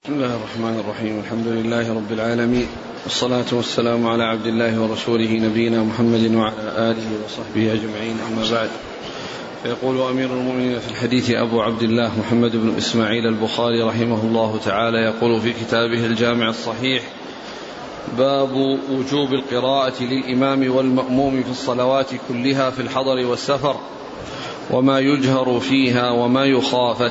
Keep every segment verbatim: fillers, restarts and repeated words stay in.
بسم الله الرحمن الرحيم. الحمد لله رب العالمين، والصلاة والسلام على عبد الله ورسوله نبينا محمد وعلى آله وصحبه أجمعين، أما بعد. فيقول أمير المؤمنين في الحديث أبو عبد الله محمد بن إسماعيل البخاري رحمه الله تعالى، يقول في كتابه الجامع الصحيح: باب وجوب القراءة للإمام والمأموم في الصلوات كلها في الحضر والسفر، وما يجهر فيها وما يخافت.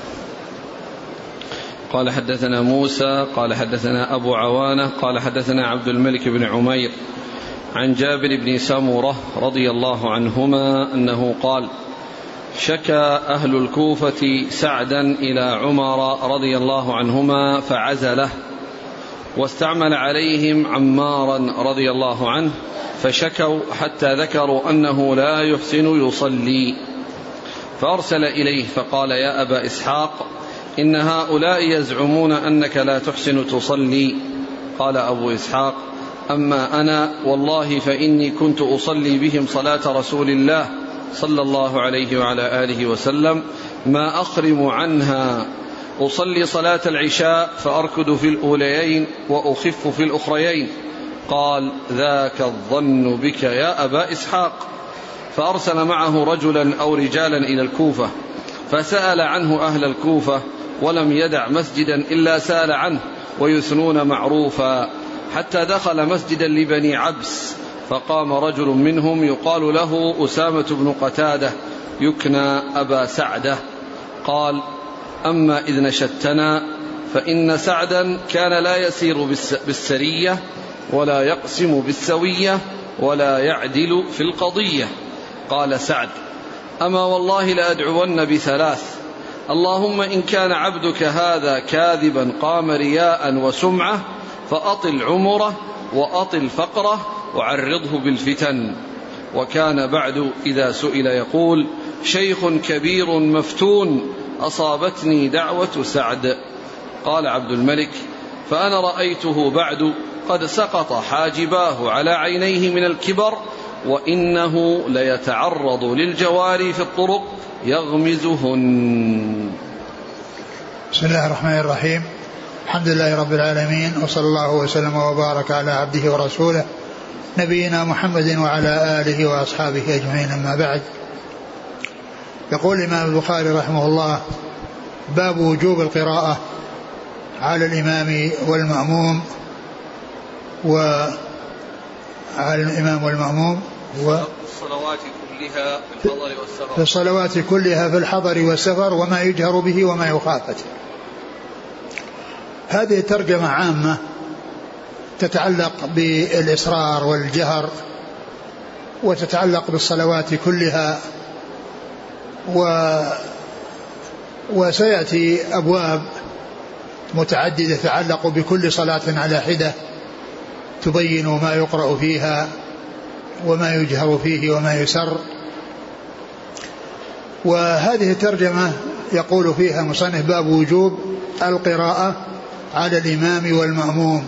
قال حدثنا موسى قال حدثنا أبو عوانة قال حدثنا عبد الملك بن عمير عن جابر بن سمرة رضي الله عنهما أنه قال: شكى أهل الكوفة سعدا إلى عمر رضي الله عنهما فعزله، واستعمل عليهم عمارا رضي الله عنه، فشكوا حتى ذكروا أنه لا يحسن يصلي، فأرسل إليه فقال: يا أبا إسحاق، إن هؤلاء يزعمون أنك لا تحسن تصلي. قال أبو إسحاق: أما أنا والله فإني كنت أصلي بهم صلاة رسول الله صلى الله عليه وعلى آله وسلم ما أخرم عنها، أصلي صلاة العشاء فأركض في الأوليين وأخف في الأخريين. قال: ذاك الظن بك يا أبا إسحاق. فأرسل معه رجلا أو رجالا إلى الكوفة، فسأل عنه أهل الكوفة، ولم يدع مسجدا إلا سأل عنه، ويثنون معروفا، حتى دخل مسجدا لبني عبس، فقام رجل منهم يقال له أسامة بن قتادة يكنى أبا سعدة، قال: أما إذ نشدتنا فإن سعدا كان لا يسير بالسرية ولا يقسم بالسوية ولا يعدل في القضية. قال سعد: أما والله لأدعون بثلاث: اللهم إن كان عبدك هذا كاذبا قام رياء وسمعة، فأطل عمره وأطل فقره وعرضه بالفتن. وكان بعد إذا سئل يقول: شيخ كبير مفتون أصابتني دعوة سعد. قال عبد الملك: فأنا رأيته بعد قد سقط حاجباه على عينيه من الكبر، وإنه ليتعرض للجواري في الطرق يغمزهن. بسم الله الرحمن الرحيم. الحمد لله رب العالمين، وصلى الله وسلم وبارك على عبده ورسوله نبينا محمد وعلى آله وأصحابه أجمعين، أما بعد. يقول الإمام البخاري رحمه الله: باب وجوب القراءة على الإمام والمأموم وعلى الإمام والمأموم و الصلوات كلها في الحضر والسفر في الصلوات كلها في الحضر والسفر، وما يجهر به وما يخافت. هذه ترجمة عامة تتعلق بالإصرار والجهر، وتتعلق بالصلوات كلها، و وسيأتي أبواب متعددة تتعلق بكل صلاة على حدة تبين ما يقرأ فيها وما يجهر فيه وما يسر. وهذه الترجمة يقول فيها مصنف: باب وجوب القراءة على الإمام والمأموم.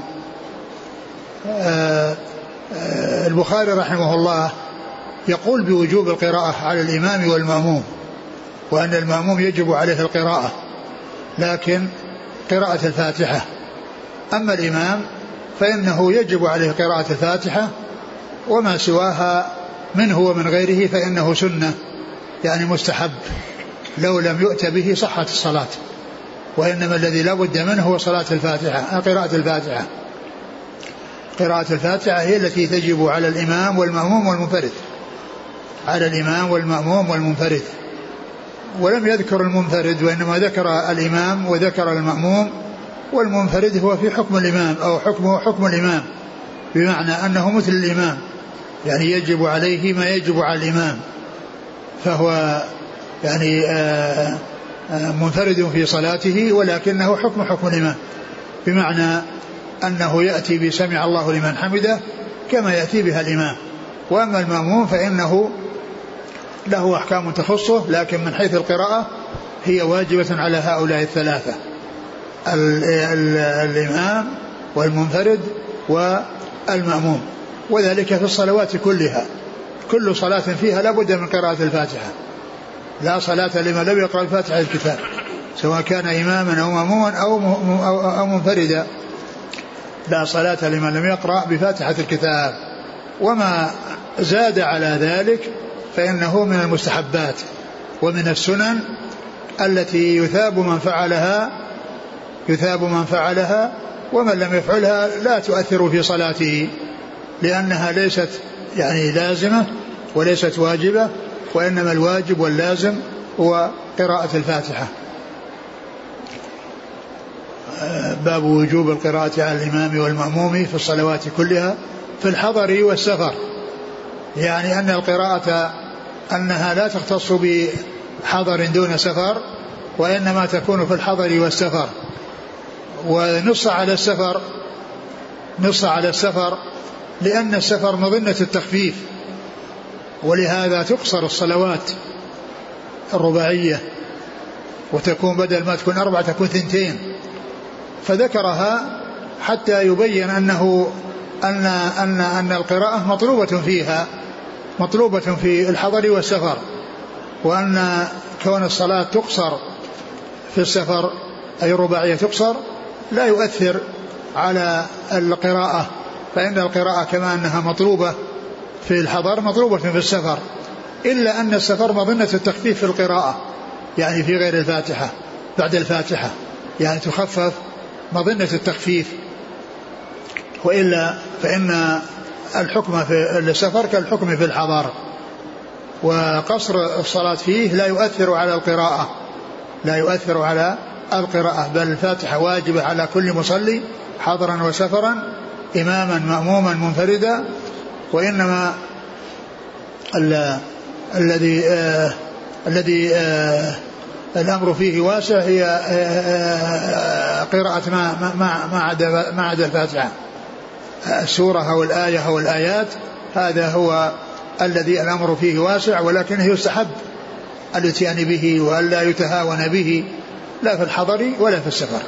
البخاري رحمه الله يقول بوجوب القراءة على الإمام والمأموم، وأن المأموم يجب عليه القراءة، لكن قراءة الفاتحة. أما الإمام فإنه يجب عليه قراءة الفاتحة، وما سواها منه ومن غيره فإنه سنة، يعني مستحب، لو لم يؤت به صحت الصلاة. وإنما الذي لا بد منه هو صلاة الفاتحة، قراءة الفاتحة. قراءة الفاتحة هي التي تجب على الإمام والمأموم والمنفرد، على الإمام والمأموم والمنفرد. ولم يذكر المنفرد، وإنما ذكر الإمام وذكر المأموم، والمنفرد هو في حكم الإمام، أو حكمه حكم الإمام، بمعنى أنه مثل الإمام، يعني يجب عليه ما يجب على الإمام، فهو يعني منفرد في صلاته، ولكنه حكم حكم الإمام، بمعنى أنه يأتي بسمع الله لمن حمده كما يأتي بها الإمام. وأما المأموم فإنه له أحكام تخصه، لكن من حيث القراءة هي واجبة على هؤلاء الثلاثة: الإمام والمنفرد والمأموم. وذلك في الصلوات كلها، كل صلاة فيها لا بد من قراءة الفاتحة، لا صلاة لمن لم يقرأ الفاتحة الكتاب. سواء كان إماما أو مأموما أو, أو, أو منفردا. لا صلاة لمن لم يقرأ بفاتحة الكتاب. وما زاد على ذلك فإنه من المستحبات ومن السنن التي يثاب من فعلها يثاب من فعلها ومن لم يفعلها لا تؤثر في صلاته، لأنها ليست يعني لازمة وليست واجبة، وإنما الواجب واللازم هو قراءة الفاتحة. باب وجوب القراءة على الإمام والمأموم في الصلوات كلها في الحضر والسفر. يعني أن القراءة أنها لا تختص بحضر دون سفر، وإنما تكون في الحضر والسفر. ونص على السفر نص على السفر لأن السفر مظنة التخفيف، ولهذا تقصر الصلوات الرباعية وتكون بدل ما تكون أربعة تكون ثنتين، فذكرها حتى يبين أنه أن, أن, أن القراءة مطلوبة فيها مطلوبة في الحضر والسفر، وأن كون الصلاة تقصر في السفر أي رباعية تقصر لا يؤثر على القراءة، فإن القراءة كما أنها مطلوبة في الحضر مطلوبة في السفر، إلا أن السفر مظنة التخفيف في القراءة، يعني في غير الفاتحة بعد الفاتحة يعني تخفف مظنة التخفيف، وإلا فإن الحكم في السفر كالحكم في الحضر. وقصر الصلاة فيه لا يؤثر على القراءة لا يؤثر على القراءة بل الفاتحة واجبة على كل مصلي حضرا وسفرا إماما مأموما منفردا. وإنما الذي آه الذي آه الأمر فيه واسع هي آه قراءة ما ما ما عدا ما عدا الفاتحة، السورة أو الآية أو الآيات، هذا هو الذي الأمر فيه واسع، ولكنه يستحب الاتيان به وألا يتهاون به لا في الحضر ولا في السفر.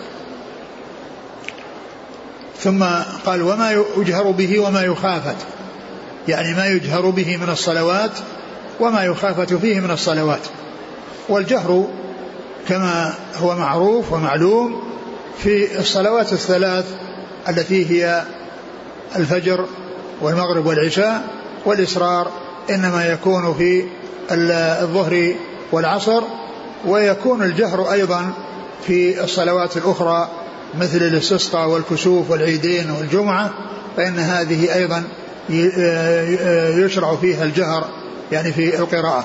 ثم قال وما يجهر به وما يخافت، يعني ما يجهر به من الصلوات وما يخافت فيه من الصلوات. والجهر كما هو معروف ومعلوم في الصلوات الثلاث التي هي الفجر والمغرب والعشاء، والإسرار إنما يكون في الظهر والعصر، ويكون الجهر أيضا في الصلوات الأخرى مثل الاستسقاء والكسوف والعيدين والجمعة، فإن هذه أيضا يشرع فيها الجهر يعني في القراءة.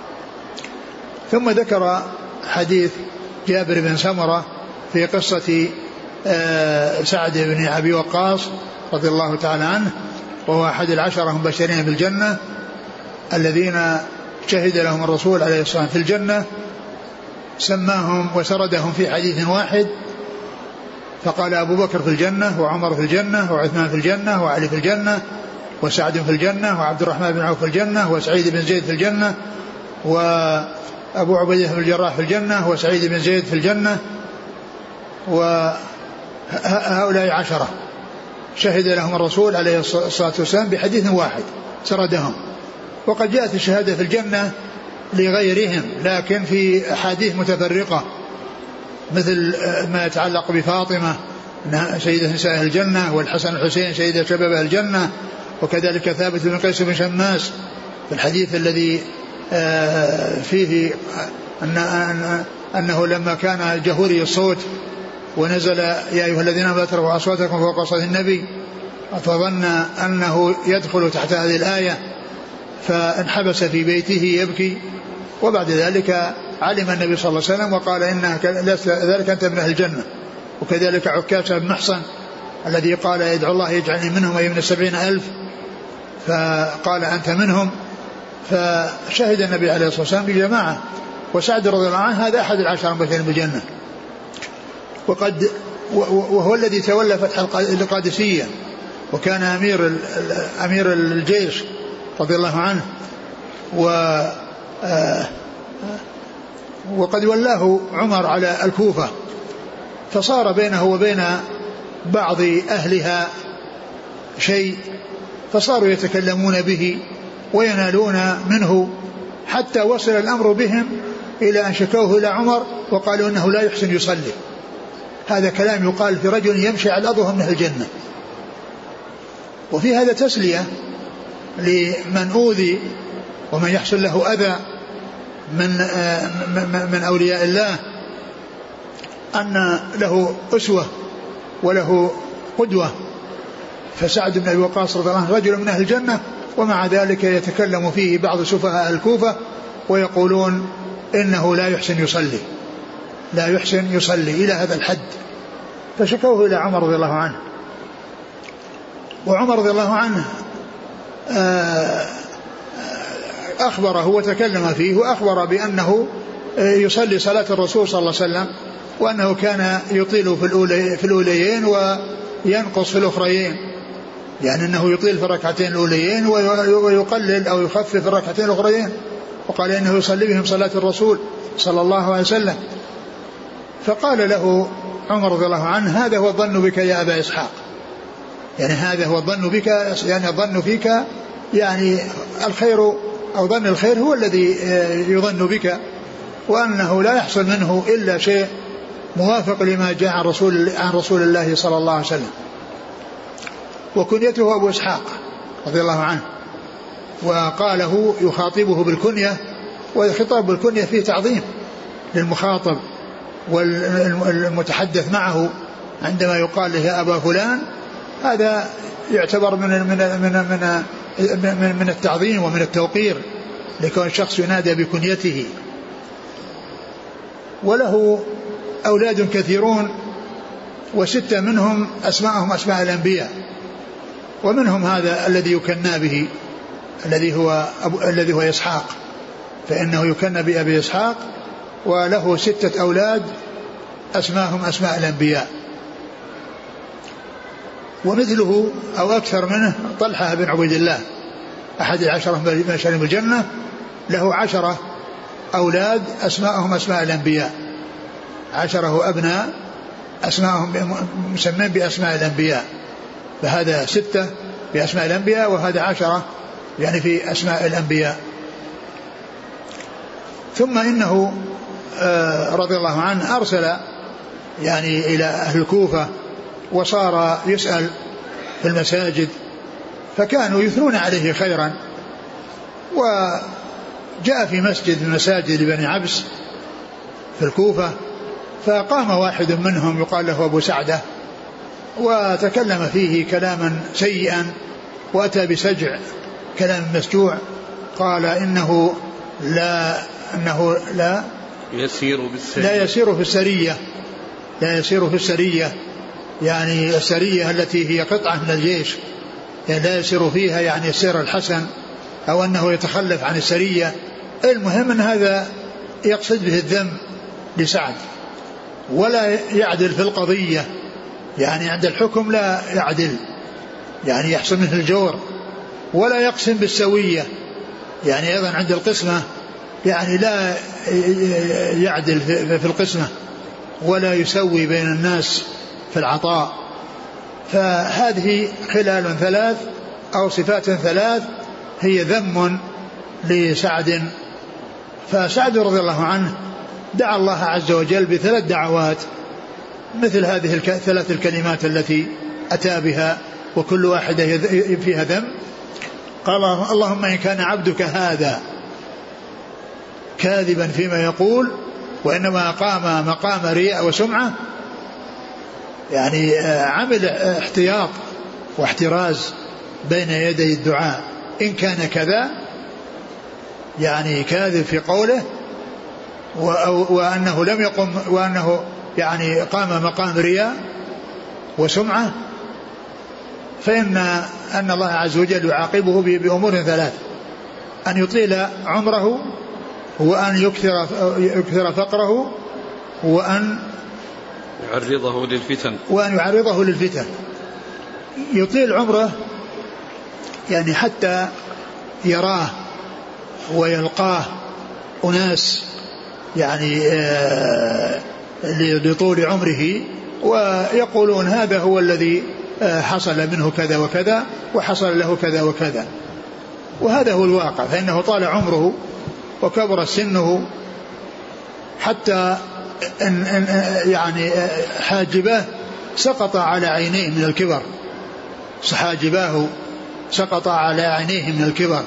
ثم ذكر حديث جابر بن سمرة في قصة سعد بن أبي وقاص رضي الله تعالى عنه، وهو أحد العشرة المبشرين بالجنة الذين شهد لهم الرسول عليه الصلاة والسلام في الجنة، سماهم وسردهم في حديث واحد، فقال أبو بكر في الجنة وعمر في الجنة وعثمان في الجنة وعلي في الجنة وسعد في الجنة وعبد الرحمن بن عوف في الجنة وسعيد بن زيد في الجنة وأبو عبيدة بن الجراح في الجنة وسعيد بن زيد في الجنة، وهؤلاء عشرة شهد لهم الرسول عليه الصلاة والسلام بحديث واحد سردهم. وقد جاءت الشهادة في الجنة لغيرهم لكن في أحاديث متفرقة، مثل ما يتعلق بفاطمة سيدة نساء الجنة، والحسن والحسين سيدة شباب الجنة، وكذلك ثابت بن قيس بن شماس في الحديث الذي فيه أن أنه لما كان جهوري الصوت ونزل يا أيها الذين آمنوا لا ترفعوا أصواتكم فوق صوت النبي، فظن أنه يدخل تحت هذه الآية فانحبس في بيته يبكي، وبعد ذلك علم النبي صلى الله عليه وسلم وقال إنك ذلك أنت من أهل الجنة. وكذلك عكاشة بن محصن الذي قال يدعو الله يجعلني منهم أي من السبعين ألف، فقال أنت منهم، فشهد النبي عليه الصلاة والسلام بجماعة. وسعد رضي الله عنه هذا أحد العشر المبشرين بالجنة، وقد وهو الذي تولى فتح القادسية وكان أمير أمير الجيش رضي الله عنه، و وقد ولاه عمر على الكوفة، فصار بينه وبين بعض أهلها شيء، فصاروا يتكلمون به وينالون منه، حتى وصل الأمر بهم إلى أن شكوه إلى عمر وقالوا إنه لا يحسن يصلي. هذا كلام يقال في رجل يمشي على الأرض من أهل الجنة. وفي هذا تسلية لمن أوذي ومن يحصل له أذى من من أولياء الله، أن له أسوة وله قدوة. فسعد بن أبي وقاص رضي الله عنه رجل من أهل الجنة، ومع ذلك يتكلم فيه بعض سفهاء الكوفة ويقولون إنه لا يحسن يصلي لا يحسن يصلي إلى هذا الحد. فشكوه إلى عمر رضي الله عنه، وعمر رضي الله عنه أخبره وتكلم فيه وأخبر بأنه يصلي صلاة الرسول صلى الله عليه وسلم، وأنه كان يطيل في الأوليين وينقص في الأخريين، يعني أنه يطيل في الركعتين الأوليين ويقلل أو يخفف في الركعتين الأخريين، وقال إنه يصلي بهم صلاة الرسول صلى الله عليه وسلم. فقال له عمر رضي الله عنه هذا هو الظن بك يا أبا إسحاق، يعني هذا هو الظن بك، يعني الظن فيك يعني الخير أو ظن الخير هو الذي يظن بك، وأنه لا يحصل منه إلا شيء موافق لما جاء عن رسول, عن رسول الله صلى الله عليه وسلم. وكنيته أبو إسحاق رضي الله عنه، وقاله يخاطبه بالكنية، والخطاب بالكنية فيه تعظيم للمخاطب والمتحدث معه، عندما يقال له أبا فلان هذا يعتبر من من من من, من التعظيم ومن التوقير لكون الشخص ينادى بكنيته. وله أولاد كثيرون، وستة منهم أسماءهم أسماء الأنبياء، ومنهم هذا الذي يكنى به الذي هو أبو الذي هو إسحاق، فإنه يكنى بأبي إسحاق، وله ستة أولاد أسماءهم أسماء الأنبياء. ومثله أو أكثر منه طلحة بن عبيد الله أحد العشرة مبشرين بالجنة، له عشرة أولاد أسماءهم أسماء الأنبياء، عشرة أبناء أسماءهم مسمين بأسماء الأنبياء، فهذا ستة بأسماء الأنبياء وهذا عشرة يعني في أسماء الأنبياء. ثم إنه رضي الله عنه أرسل يعني إلى أهل الكوفة، وصار يسأل في المساجد، فكانوا يثنون عليه خيرا. وجاء في مسجد من مساجد بني عبس في الكوفة، فقام واحد منهم يقال له أبو سعدة وتكلم فيه كلاما سيئا، وأتى بسجع كلام مسجوع، قال إنه لا إنه لا يسير بالسرية لا يسير في السرية لا يسير في السرية يعني السرية التي هي قطعة من الجيش، يعني لا يسير فيها يعني السير الحسن، أو أنه يتخلف عن السرية. المهم أن هذا يقصد به الذم لسعد، ولا يعدل في القضية، يعني عند الحكم لا يعدل، يعني يحصل منه الجور، ولا يقسم بالسوية، يعني أيضا عند القسمة يعني لا يعدل في القسمة، ولا يسوي بين الناس في العطاء. فهذه خلال ثلاث أو صفات ثلاث هي ذم لسعد. فسعد رضي الله عنه دعا الله عز وجل بثلاث دعوات مثل هذه الثلاث الكلمات التي أتى بها، وكل واحدة فيها ذم. قال اللهم إن كان عبدك هذا كاذبا فيما يقول، وإنما قام مقام رياء وسمعة، يعني عمل احتياط واحتراز بين يدي الدعاء. إن كان كذا يعني كاذب في قوله، وأنه لم يقم، وأنه يعني قام مقام رياء وسمعة، فإن أن الله عز وجل يعاقبه بأمور ثلاث: أن يطيل عمره، وأن يكثر, يكثر فقره، وأن يعرضه للفتن وأن يعرضه للفتن. يطيل عمره يعني حتى يراه ويلقاه أناس يعني لطول عمره، ويقولون هذا هو الذي حصل منه كذا وكذا، وحصل له كذا وكذا، وهذا هو الواقع. فإنه طال عمره وكبر سنه، حتى إن إن يعني حاجباه سقط على عينيه من الكبر، حاجباه سقط على عينيه من الكبر.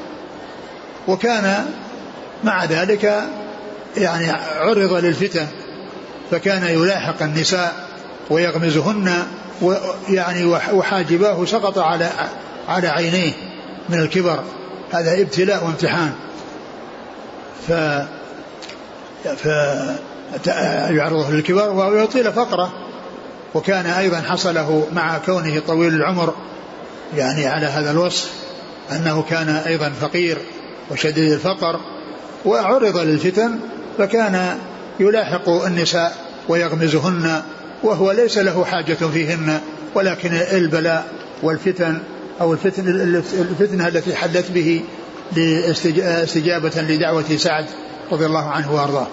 وكان مع ذلك يعني عرض للفتن، فكان يلاحق النساء ويغمزهن، ويعني وحاجباه سقط على على عينيه من الكبر. هذا ابتلاء وامتحان. ف فيعرضه للكبر ويطيل فقره. وكان أيضا حصله مع كونه طويل العمر يعني على هذا الوصف أنه كان أيضا فقير وشديد الفقر، وعرض للفتن فكان يلاحق النساء ويغمزهن وهو ليس له حاجة فيهن، ولكن البلاء والفتن أو الفتن الفتنة التي حدث به استجابة لدعوة سعد رضي الله عنه وأرضاه.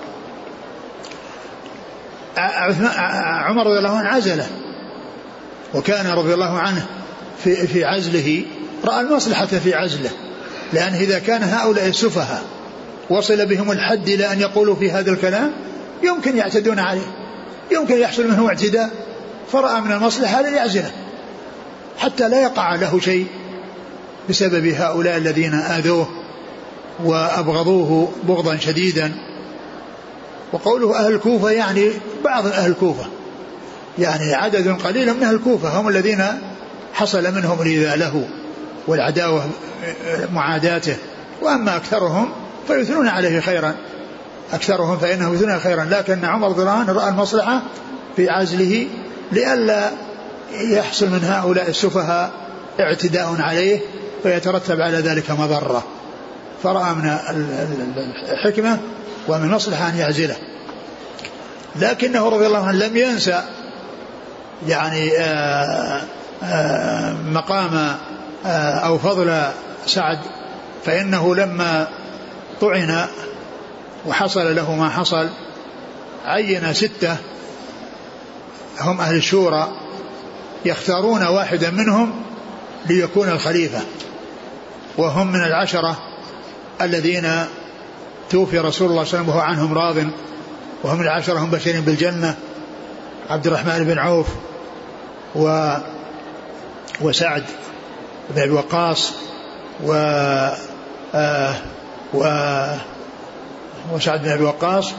عمر رضي الله عنه عزله، وكان رضي الله عنه في, في عزله رأى المصلحة في عزله، لأن إذا كان هؤلاء السفهاء وصل بهم الحد إلى أن يقولوا في هذا الكلام يمكن يعتدون عليه، يمكن يحصل منه اعتداء، فرأى من المصلحة أن يعزله حتى لا يقع له شيء بسبب هؤلاء الذين آذوه وأبغضوه بغضا شديدا. وقوله أهل الكوفة يعني بعض أهل الكوفة، يعني عدد قليل من أهل الكوفة هم الذين حصل منهم الإيذاء له والعداوة معاداته، وأما أكثرهم فيثنون عليه خيرا، أكثرهم فإنه يثنون خيرا. لكن عمر رضي الله عنه رأى المصلحة في عزله لئلا يحصل من هؤلاء السفهاء اعتداء عليه فيترتب على ذلك مضرة، فرأى من الحكمة ومن المصلحة أن يعزله. لكنه رضي الله عنه لم ينسى يعني آآ آآ مقام آآ أو فضل سعد، فإنه لما طعن وحصل له ما حصل عين ستة هم أهل الشورى يختارون واحدا منهم ليكون الخليفة، وهم من العشرة الذين توفي رسول الله صلى الله عليه وسلم وهو عنهم راض، وهم من العشرة هم بشرين بالجنة: عبد الرحمن بن عوف و وسعد بن الوقاص و آه و وسعد بن الوقاص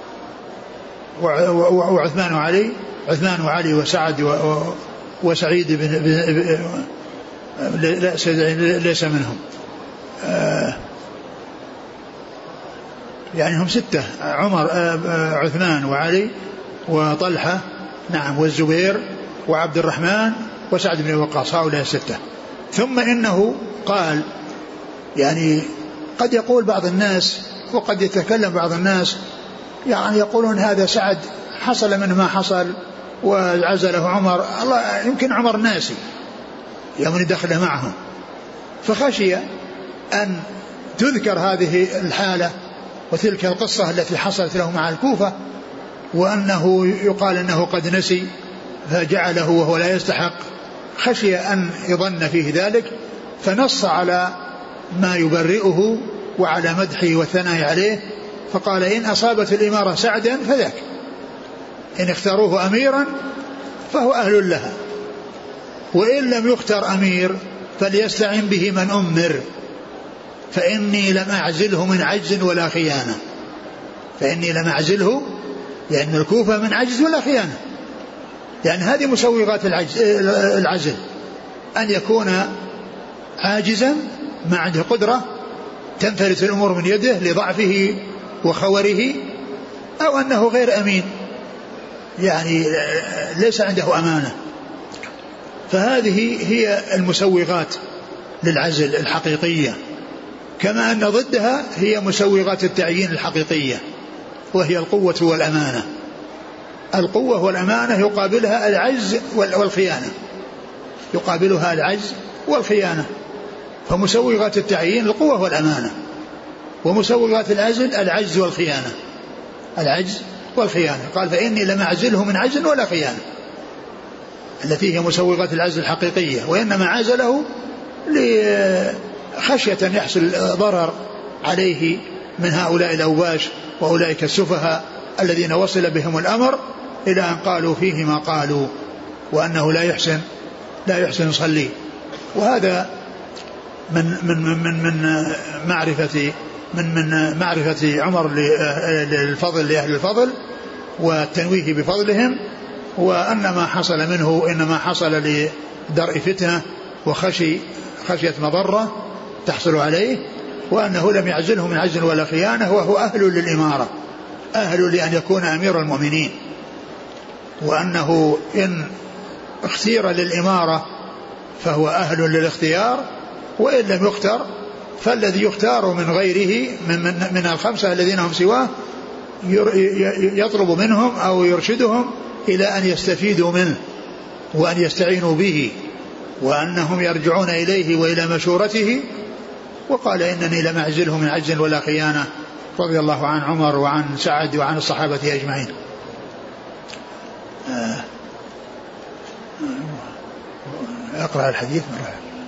وعثمان وعلي عثمان وعلي وسعد وسعيد بن ليس منهم، يعني هم ستة: عمر عثمان وعلي وطلحة نعم والزبير وعبد الرحمن وسعد بن وقاص، هؤلاء الستة. ثم إنه قال يعني قد يقول بعض الناس وقد يتكلم بعض الناس يعني يقولون هذا سعد حصل منه ما حصل وعزله عمر، الله يمكن عمر ناسي يوم دخل معهم، فخشي أن تذكر هذه الحالة وتلك القصة التي حصلت له مع الكوفة، وأنه يقال أنه قد نسي فجعله وهو لا يستحق، خشي أن يظن فيه ذلك، فنص على ما يبرئه وعلى مدحه والثناء عليه، فقال: إن أصابت الإمارة سعدا فذاك، إن اختاروه أميرا فهو أهل لها، وإن لم يختار أمير فليستعن به من أمر، فإني لم أعزله من عجز ولا خيانة. فإني لم أعزله لأن الكوفة من عجز ولا خيانة، يعني هذه مسوغات العزل، أن يكون عاجزا ما عنده قدرة تنفلت الأمور من يده لضعفه وخوره، أو أنه غير أمين يعني ليس عنده أمانة. فهذه هي المسوغات للعزل الحقيقية، كما أن ضدها هي مسوغات التعيين الحقيقية، وهي القوة والأمانة. القوة والأمانة يقابلها العجز والخيانة، يقابلها العجز والخيانة. فمسوغات التعيين القوة والأمانة، ومسوغات العزل العجز والخيانة، العجز والخيانة. قال: فإني لم أعزله من عجز ولا خيانة، التي هي مسوغات العزل الحقيقية، وإنما عزله لخشية يحصل ضرر عليه من هؤلاء الأوباش وأولئك السفهاء الذين وصل بهم الأمر إلى أن قالوا فيه ما قالوا وأنه لا يحسن لا يحسن يصلي. وهذا من من من من معرفة من من معرفة عمر للفضل لأهل الفضل والتنويه بفضلهم، وأن ما حصل منه إنما حصل لدرء فتنة وخشي خشية مضرة تحصل عليه، وأنه لم يعزله من عجل ولا خيانة، وهو أهل للإمارة، أهل لأن يكون أمير المؤمنين، وأنه إن اختير للإمارة فهو أهل للاختيار، وإن لم يختار فالذي يختار من غيره من, من, من الخمسة الذين هم سواه يطلب منهم أو يرشدهم إلى أن يستفيدوا منه وأن يستعينوا به، وأنهم يرجعون إليه وإلى مشورته. وقال إنني لم أعزله من عجل ولا خيانة، رضي الله عن عمر وعن سعد وعن الصحابة أجمعين. أقرأ الحديث مرة.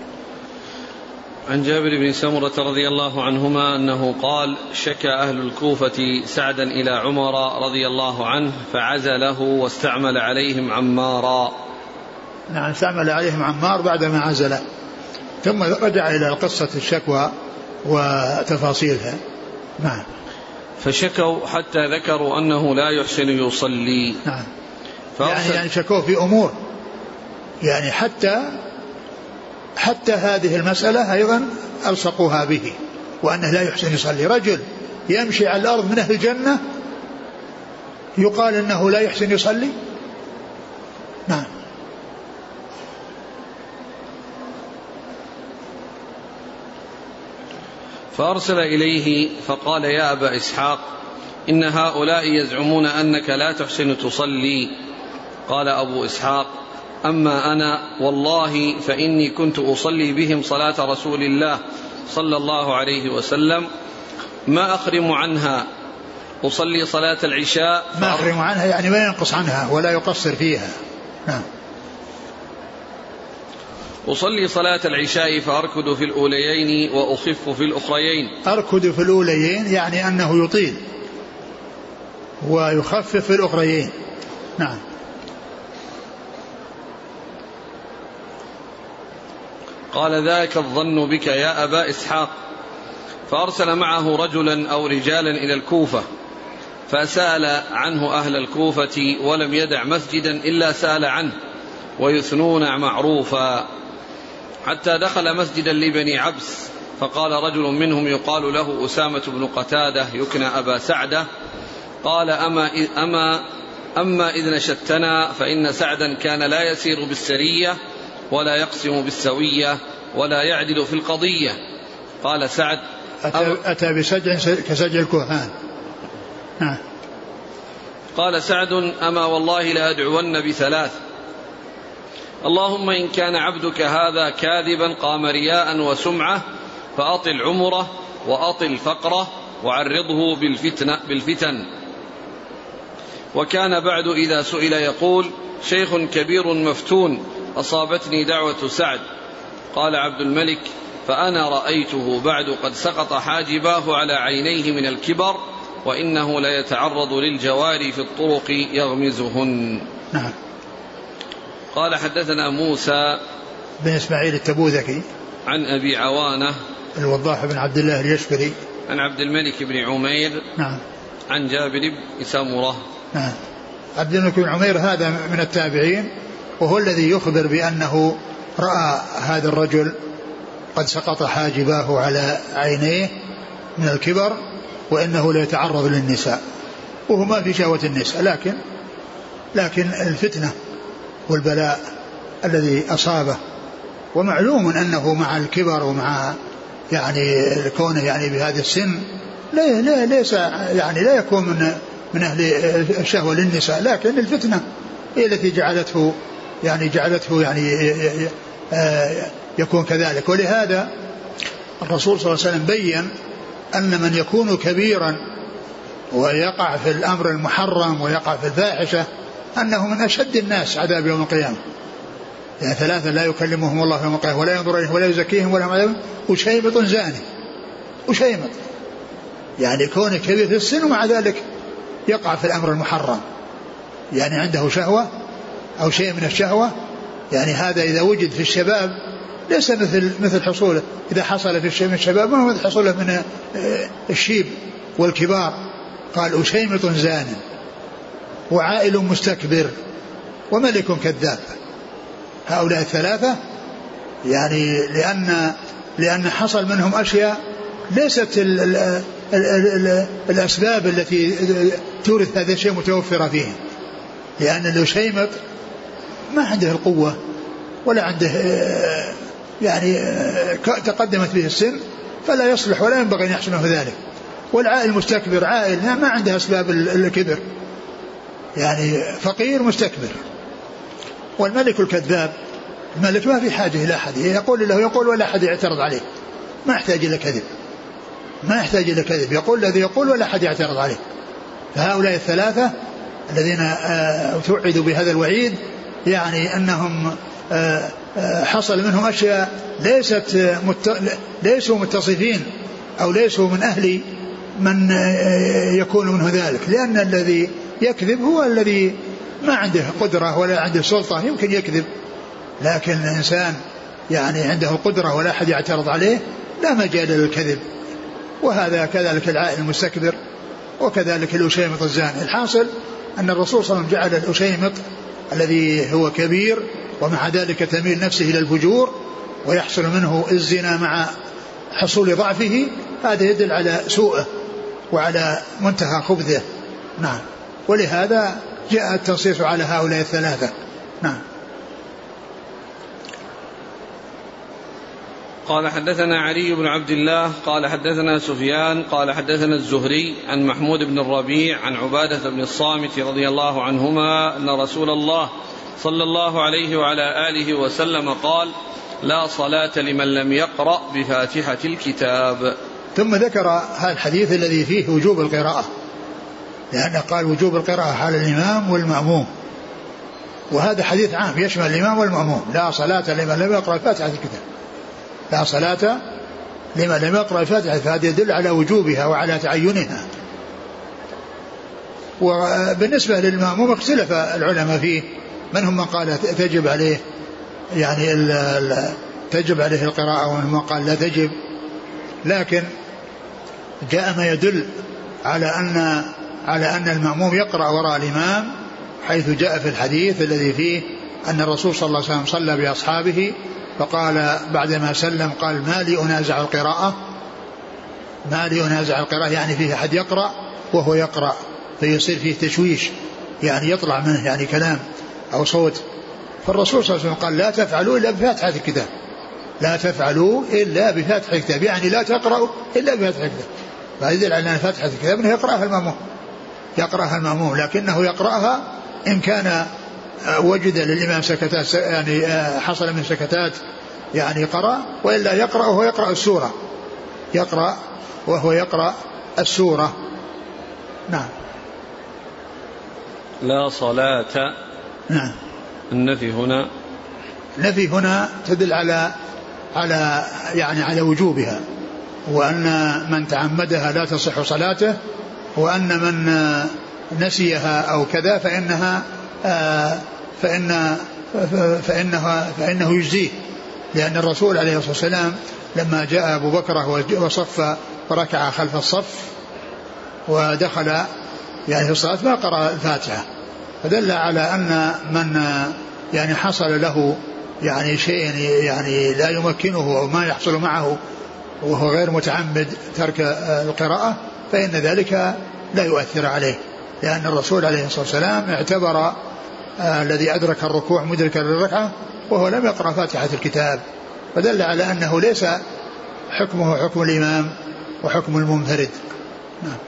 عن جابر بن سمرة رضي الله عنهما أنه قال: شكى أهل الكوفة سعدا إلى عمر رضي الله عنه فعزله واستعمل عليهم عمارا. نعم، استعمل عليهم عمار بعدما عزله، ثم رجع إلى قصة الشكوى وتفاصيلها. نعم. فشكوا حتى ذكروا أنه لا يحسن يصلي. نعم. يعني, يعني شكوا في أمور، يعني حتى حتى هذه المسألة أيضا ألصقوها به، وأنه لا يحسن يصلي. رجل يمشي على الأرض من أهل الجنة يقال أنه لا يحسن يصلي. نعم. فأرسل إليه فقال: يا أبا إسحاق، إن هؤلاء يزعمون أنك لا تحسن تصلي. قال أبو إسحاق: أما أنا والله فإني كنت أصلي بهم صلاة رسول الله صلى الله عليه وسلم ما أخرم عنها، أصلي صلاة العشاء ما أخرم عنها يعني ما ينقص عنها ولا يقصر فيها. نعم. أصلي صلاة العشاء فأركض في الأوليين وأخف في الأخريين. أركض في الأوليين يعني أنه يطيل، ويخفف في الأخريين. نعم. قال: ذاك الظن بك يا أبا إسحاق. فأرسل معه رجلا أو رجالا إلى الكوفة فسأل عنه أهل الكوفة، ولم يدع مسجدا إلا سأل عنه ويثنون معروفا، حتى دخل مسجدا لبني عبس، فقال رجل منهم يقال له أسامة بن قتادة يكنى أبا سعدة، قال: أما, أما, أما إذ نشدتنا فإن سعدا كان لا يسير بالسرية ولا يقسم بالسوية ولا يعدل في القضية. قال سعد: أتى, أتى بسجع كسجع الكهان. نعم. قال سعد: أما والله لأدعون بثلاث: اللهم إن كان عبدك هذا كاذبا قام رياء وسمعة فأطل عمره وأطل فقره وعرضه بالفتن, بالفتن. وكان بعد إذا سئل يقول: شيخ كبير مفتون أصابتني دعوة سعد. قال عبد الملك: فأنا رأيته بعد قد سقط حاجباه على عينيه من الكبر، وإنه ليتعرض للجواري في الطرق يغمزهن. نعم. قال: حدثنا موسى بن إسماعيل التبوذكي عن أبي عوانة الوضاح بن عبد الله اليشكري عن عبد الملك بن عمير. نعم. عن جابر بن سمرة. نعم. عبد الملك بن عمير هذا من التابعين، وهو الذي يخبر بأنه رأى هذا الرجل قد سقط حاجباه على عينيه من الكبر، وإنه لا يتعرض للنساء، وهو ما في شهوة النساء، لكن لكن الفتنة والبلاء الذي أصابه، ومعلوم أنه مع الكبر ومع يعني كونه يعني بهذا السن لا لا ليس يعني لا يكون من من أهل الشهوة للنساء، لكن الفتنة هي التي جعلته يعني جعلته يعني يكون كذلك. ولهذا الرسول صلى الله عليه وسلم بين أن من يكون كبيرا ويقع في الأمر المحرم ويقع في الفاحشة أنه من أشد الناس عذاب يوم القيامة. يعني ثلاثة لا يكلمهم الله يوم القيامة ولا ينظر إليهم ولا يزكيهم ولا عذاب وشيمط زاني وشيمط، يعني كونه كبير في السن ومع ذلك يقع في الأمر المحرم، يعني عنده شهوة أو شيء من الشهوة، يعني هذا إذا وجد في الشباب ليس مثل مثل حصوله، إذا حصل في الشباب ما هو مثل حصوله من الشيب والكبار. قال أشيمط زان وعائل مستكبر وملك كذاب. هؤلاء الثلاثة يعني لأن لأن حصل منهم أشياء ليست ال ال ال ال الأسباب التي تورث هذا الشيء متوفرة فيهم، لأن الأشيمط ما عنده القوة ولا عنده يعني تقدمت به السن فلا يصلح ولا ينبغي أن يحصل له ذلك. والعائل المستكبر عائل ما عنده أسباب الكبر، يعني فقير مستكبر. والملك الكذاب، الملك ما في حاجة إلى أحد يقول له يقول ولا أحد يعترض عليه، ما يحتاج إلى كذب، ما يحتاج إلى كذب، يقول الذي يقول ولا أحد يعترض عليه. فهؤلاء الثلاثة الذين توعدوا بهذا الوعيد يعني أنهم حصل منهم أشياء ليست مت... ليسوا متصفين أو ليسوا من أهل من يكون منه ذلك، لأن الذي يكذب هو الذي ما عنده قدرة ولا عنده سلطة يمكن يكذب، لكن الإنسان يعني عنده قدرة ولا أحد يعترض عليه لا مجال للكذب. وهذا كذلك العائل المستكبر وكذلك الأشيمط الزاني. الحاصل أن الرسول صلى الله عليه وسلم جعل الأشيمط الذي هو كبير ومع ذلك تميل نفسه إلى الفجور ويحصل منه الزنا مع حصول ضعفه، هذا يدل على سوءه وعلى منتهى خبثه. نعم. ولهذا جاء التنصيص على هؤلاء الثلاثة. نعم. قال حدثنا علي بن عبد الله قال حدثنا سفيان قال حدثنا الزهري عن محمود بن الربيع عن عبادة بن الصامت رضي الله عنهما أن رسول الله صلى الله عليه وعلى آله وسلم قال: لا صلاة لمن لم يقرأ بفاتحة الكتاب. ثم ذكر هذا الحديث الذي فيه وجوب القراءة، لأنه قال وجوب القراءة على الإمام والمأموم، وهذا حديث عام يشمل الإمام والمأموم. لا صلاة لمن لم يقرأ فاتحة الكتاب، لا صلاة لمن لم يقرأ الفاتحة، فهذا يدل على وجوبها وعلى تعينها. وبالنسبة للمأموم اختلف العلماء فيه، منهم من قال تجب عليه يعني ال ال تجب عليه القراءة، ومنهم من قال لا تجب، لكن جاء ما يدل على أن على أن المأموم يقرأ وراء الإمام، حيث جاء في الحديث الذي فيه أن الرسول صلى الله عليه وسلم صلى بأصحابه فقال بعدما سلم قال: ما لي أنازع القراءة، ما لي أنازع القراءة، يعني فيه أحد يقرأ وهو يقرأ فيصير فيه تشويش، يعني يطلع منه يعني كلام أو صوت. فالرسول صلى الله عليه وسلم قال: لا تفعلوا إلا بفاتحة الكتاب، لا تفعلوا إلا بفاتحة الكتاب، يعني لا تقرأوا إلا بفاتحة الكتاب. فيدل على أن فاتحة الكتاب أنه يقرأها المأموم، يقرأها المأموم، لكنه يقرأها إن كان وجد للإمام سكتات يعني حصل من سكتات يعني قرأ، وإلا يقرأ وهو يقرأ السورة، يقرأ وهو يقرأ السورة. نعم. لا صلاة. نعم. النفي هنا النفي هنا تدل على على يعني على وجوبها، وأن من تعمدها لا تصح صلاته، وأن من نسيها أو كذا فإنها فإن فإنها فإنه يجزيه، لأن الرسول عليه الصلاة والسلام لما جاء أبو بكر وصف وركع خلف الصف ودخل يعني في الصلاة ما قرأ الفاتحة، فدل على أن من يعني حصل له يعني شيء يعني لا يمكنه أو ما يحصل معه وهو غير متعمد ترك القراءة فإن ذلك لا يؤثر عليه، لأن الرسول عليه الصلاة والسلام اعتبر آه الذي أدرك الركوع مدركا للركعة وهو لم يقرأ فاتحة الكتاب، فدل على أنه ليس حكمه حكم الإمام وحكم المنفرد. نعم.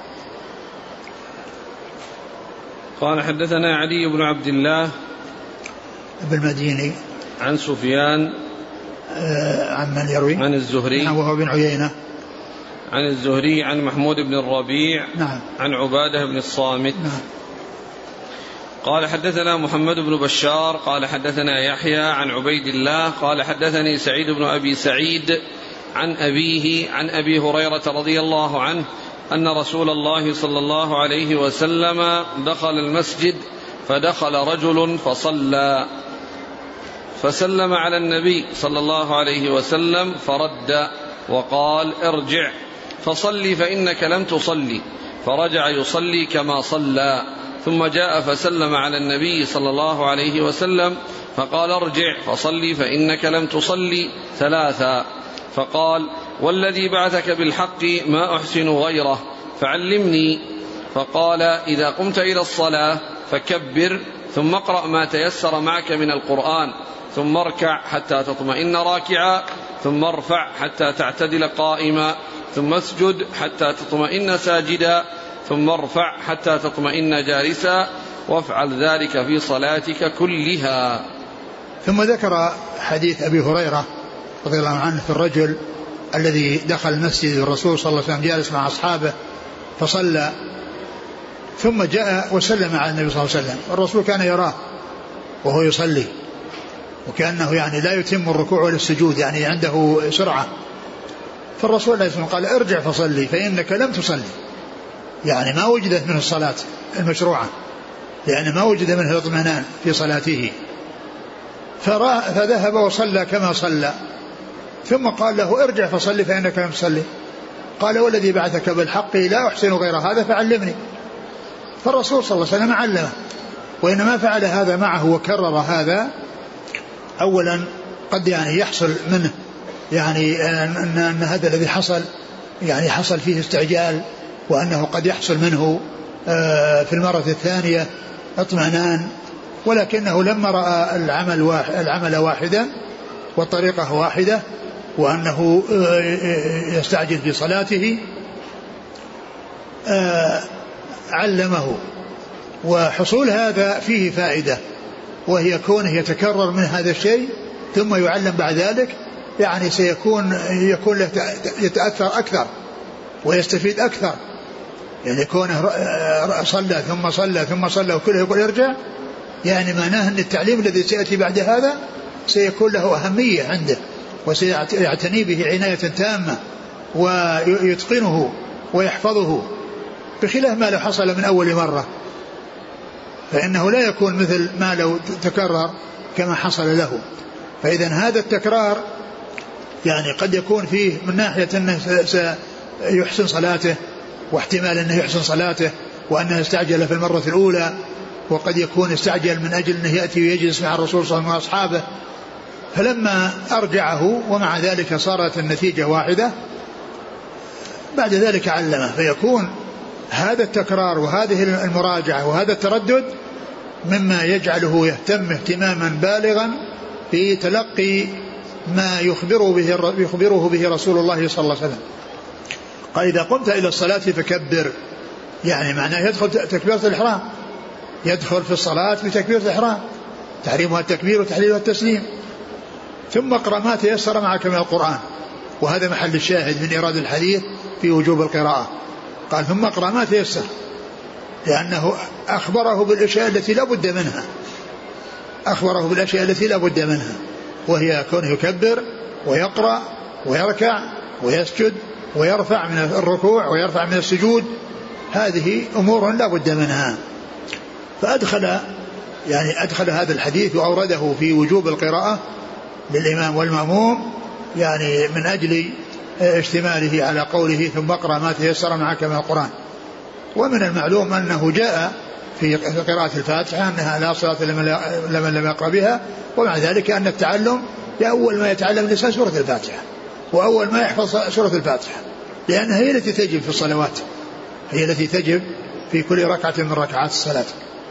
قال حدثنا علي بن عبد الله ابن المديني عن سفيان آه عن من يروي عن الزهري نعم وهو بن عيينة عن الزهري عن محمود بن الربيع نعم عن عبادة بن الصامت نعم. قال حدثنا محمد بن بشار قال حدثنا يحيى عن عبيد الله قال حدثني سعيد بن أبي سعيد عن أبيه عن أبي هريرة رضي الله عنه أن رسول الله صلى الله عليه وسلم دخل المسجد فدخل رجل فصلى فسلم على النبي صلى الله عليه وسلم فرد وقال ارجع فصلي فإنك لم تصلي، فرجع يصلي كما صلى، ثم جاء فسلم على النبي صلى الله عليه وسلم فقال ارجع فصلي فإنك لم تصلي ثلاثا، فقال والذي بعثك بالحق ما أحسن غيره فعلمني، فقال إذا قمت إلى الصلاة فكبر ثم اقرأ ما تيسر معك من القرآن، ثم اركع حتى تطمئن راكعا، ثم ارفع حتى تعتدل قائما، ثم اسجد حتى تطمئن ساجدا، ثم ارفع حتى تطمئن جالسا، وافعل ذلك في صلاتك كلها. ثم ذكر حديث أبي هريرة رضي الله عنه في الرجل الذي دخل المسجد الرسول صلى الله عليه وسلم جالس مع أصحابه فصلى ثم جاء وسلم على النبي صلى الله عليه وسلم، الرسول كان يراه وهو يصلي وكأنه يعني لا يتم الركوع والسجود، يعني عنده سرعة، فالرسول عليه الصلاة والسلام قال ارجع فصلي فإنك لم تصلي، يعني ما وجدت منه الصلاة المشروعة، لأن ما وجد منه الاطمئنان في صلاته، فذهب وصلى كما صلى، ثم قال له ارجع فصلي فإنك لم تصلي، قال والذي بعثك بالحق لا أحسن غير هذا فعلمني، فالرسول صلى الله عليه وسلم علمه، وإنما فعل هذا معه وكرر هذا أولا قد يعني يحصل منه يعني أن, أن هذا الذي حصل يعني حصل فيه استعجال، وأنه قد يحصل منه في المرة الثانية اطمئنان، ولكنه لما رأى العمل واحد العمل واحدا والطريقة واحدة وأنه يستعجل في صلاته علمه. وحصول هذا فيه فائدة، وهي كونه يتكرر من هذا الشيء ثم يعلم بعد ذلك، يعني سيكون يكون له يتأثر أكثر ويستفيد أكثر، يعني كونه صلى ثم صلى ثم صلى وكله يقول يرجع، يعني معناه أن التعليم الذي سيأتي بعد هذا سيكون له أهمية عنده وسيعتني به عناية تامة ويتقنه ويحفظه، بخلاف ما لو حصل من أول مرة، فإنه لا يكون مثل ما لو تكرر كما حصل له. فإذا هذا التكرار يعني قد يكون فيه من ناحية أنه سيحسن صلاته، واحتمال أنه يحسن صلاته وأنه استعجل في المرة الأولى، وقد يكون استعجل من أجل أنه يأتي ويجلس مع الرسول صلى الله عليه وسلم وأصحابه، فلما أرجعه ومع ذلك صارت النتيجة واحدة بعد ذلك علمه، فيكون هذا التكرار وهذه المراجعة وهذا التردد مما يجعله يهتم اهتماما بالغا في تلقي ما يخبره به, يخبره به رسول الله صلى الله عليه وسلم. قال إذا قمت إلى الصلاة فكبر، يعني معناه يدخل تكبيرة الإحرام، يدخل في الصلاة بتكبيرة الإحرام، تحريمها التكبير وتحليلها التسليم، ثم اقرأ ما تيسر معك من القرآن، وهذا محل الشاهد من إيراد الحديث في وجوب القراءة. قال ثم اقرأ ما تيسر، لأنه أخبره بالأشياء التي لا بد منها، أخبره بالأشياء التي لا بد منها، وهي كونه يكبر ويقرأ ويركع ويسجد ويرفع من الركوع ويرفع من السجود، هذه أمور لا بد منها. فأدخل يعني أدخل هذا الحديث وأورده في وجوب القراءة للإمام والمأموم، يعني من أجل اشتماله على قوله ثم اقرأ ما تيسر معك من القرآن. ومن المعلوم أنه جاء في قراءة الفاتحة أنها لا صلاة لمن لم يقرأ بها، ومع ذلك أن التعلم أول ما يتعلم الإنسان سورة الفاتحة، وأول ما يحفظ سورة الفاتحة، لأنها هي التي تجب في الصلوات، هي التي تجب في كل ركعة من ركعات الصلاة.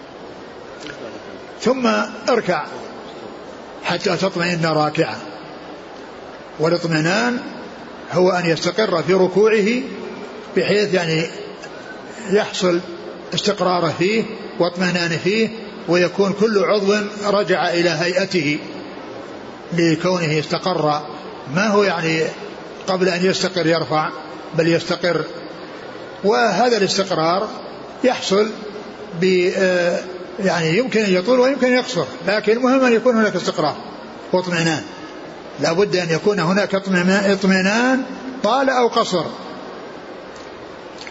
ثم اركع حتى تطمئن راكعا، والاطمئنان هو أن يستقر في ركوعه بحيث يعني يحصل استقراره فيه واطمئنان فيه، ويكون كل عضو رجع إلى هيئته لكونه استقر، ما هو يعني قبل أن يستقر يرفع، بل يستقر. وهذا الاستقرار يحصل ب يعني يمكن أن يطول ويمكن أن يقصر، لكن المهم أن يكون هناك استقرار واطمئنان، لا بد أن يكون هناك اطمئنان طال أو قصر.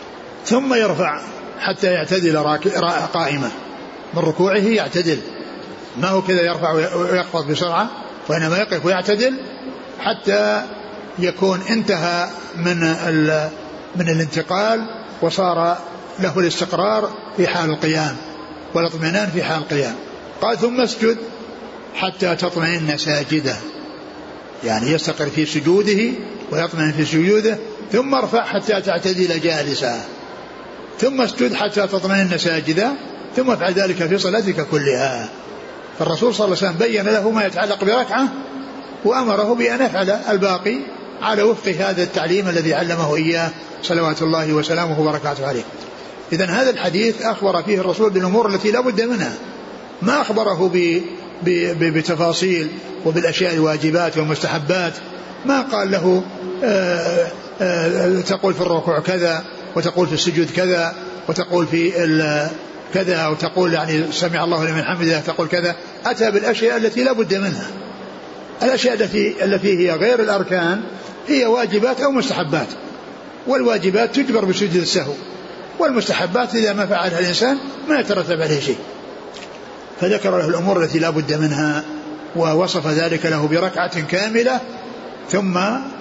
ثم يرفع حتى يعتدل قائمة، من ركوعه يعتدل، ما هو كذا يرفع ويخفض بسرعة، وإنما يقف ويعتدل حتى يكون انتهى من من الانتقال وصار له الاستقرار في حال القيام والاطمئنان في حال القيام. قال ثم اسجد حتى تطمئن ساجدا، يعني يستقر في سجوده ويطمئن في سجوده، ثم ارفع حتى تعتدل جالسا، ثم اسجد حتى تطمئن ساجدا، ثم افعل ذلك في صلاتك كلها. فالرسول صلى الله عليه وسلم بين له ما يتعلق بركعة وأمره بأن يفعل الباقي على وفق هذا التعليم الذي علمه إياه صلوات الله وسلامه وبركاته عليه. إذن هذا الحديث أخبر فيه الرسول بالأمور التي لا بد منها، ما أخبره ب بتفاصيل وبالأشياء الواجبات والمستحبات، ما قال له آآ آآ تقول في الركوع كذا وتقول في السجود كذا وتقول في كذا أو تقول يعني سمع الله لمن حمده تقول كذا. أتى بالأشياء التي لا بد منها، الأشياء التي التي هي غير الأركان هي واجبات أو مستحبات، والواجبات تجبر بسجود السهو، والمستحبات إذا ما فعلها الإنسان ما يترتب عليه شيء. فذكر له الأمور التي لا بد منها ووصف ذلك له بركعة كاملة، ثم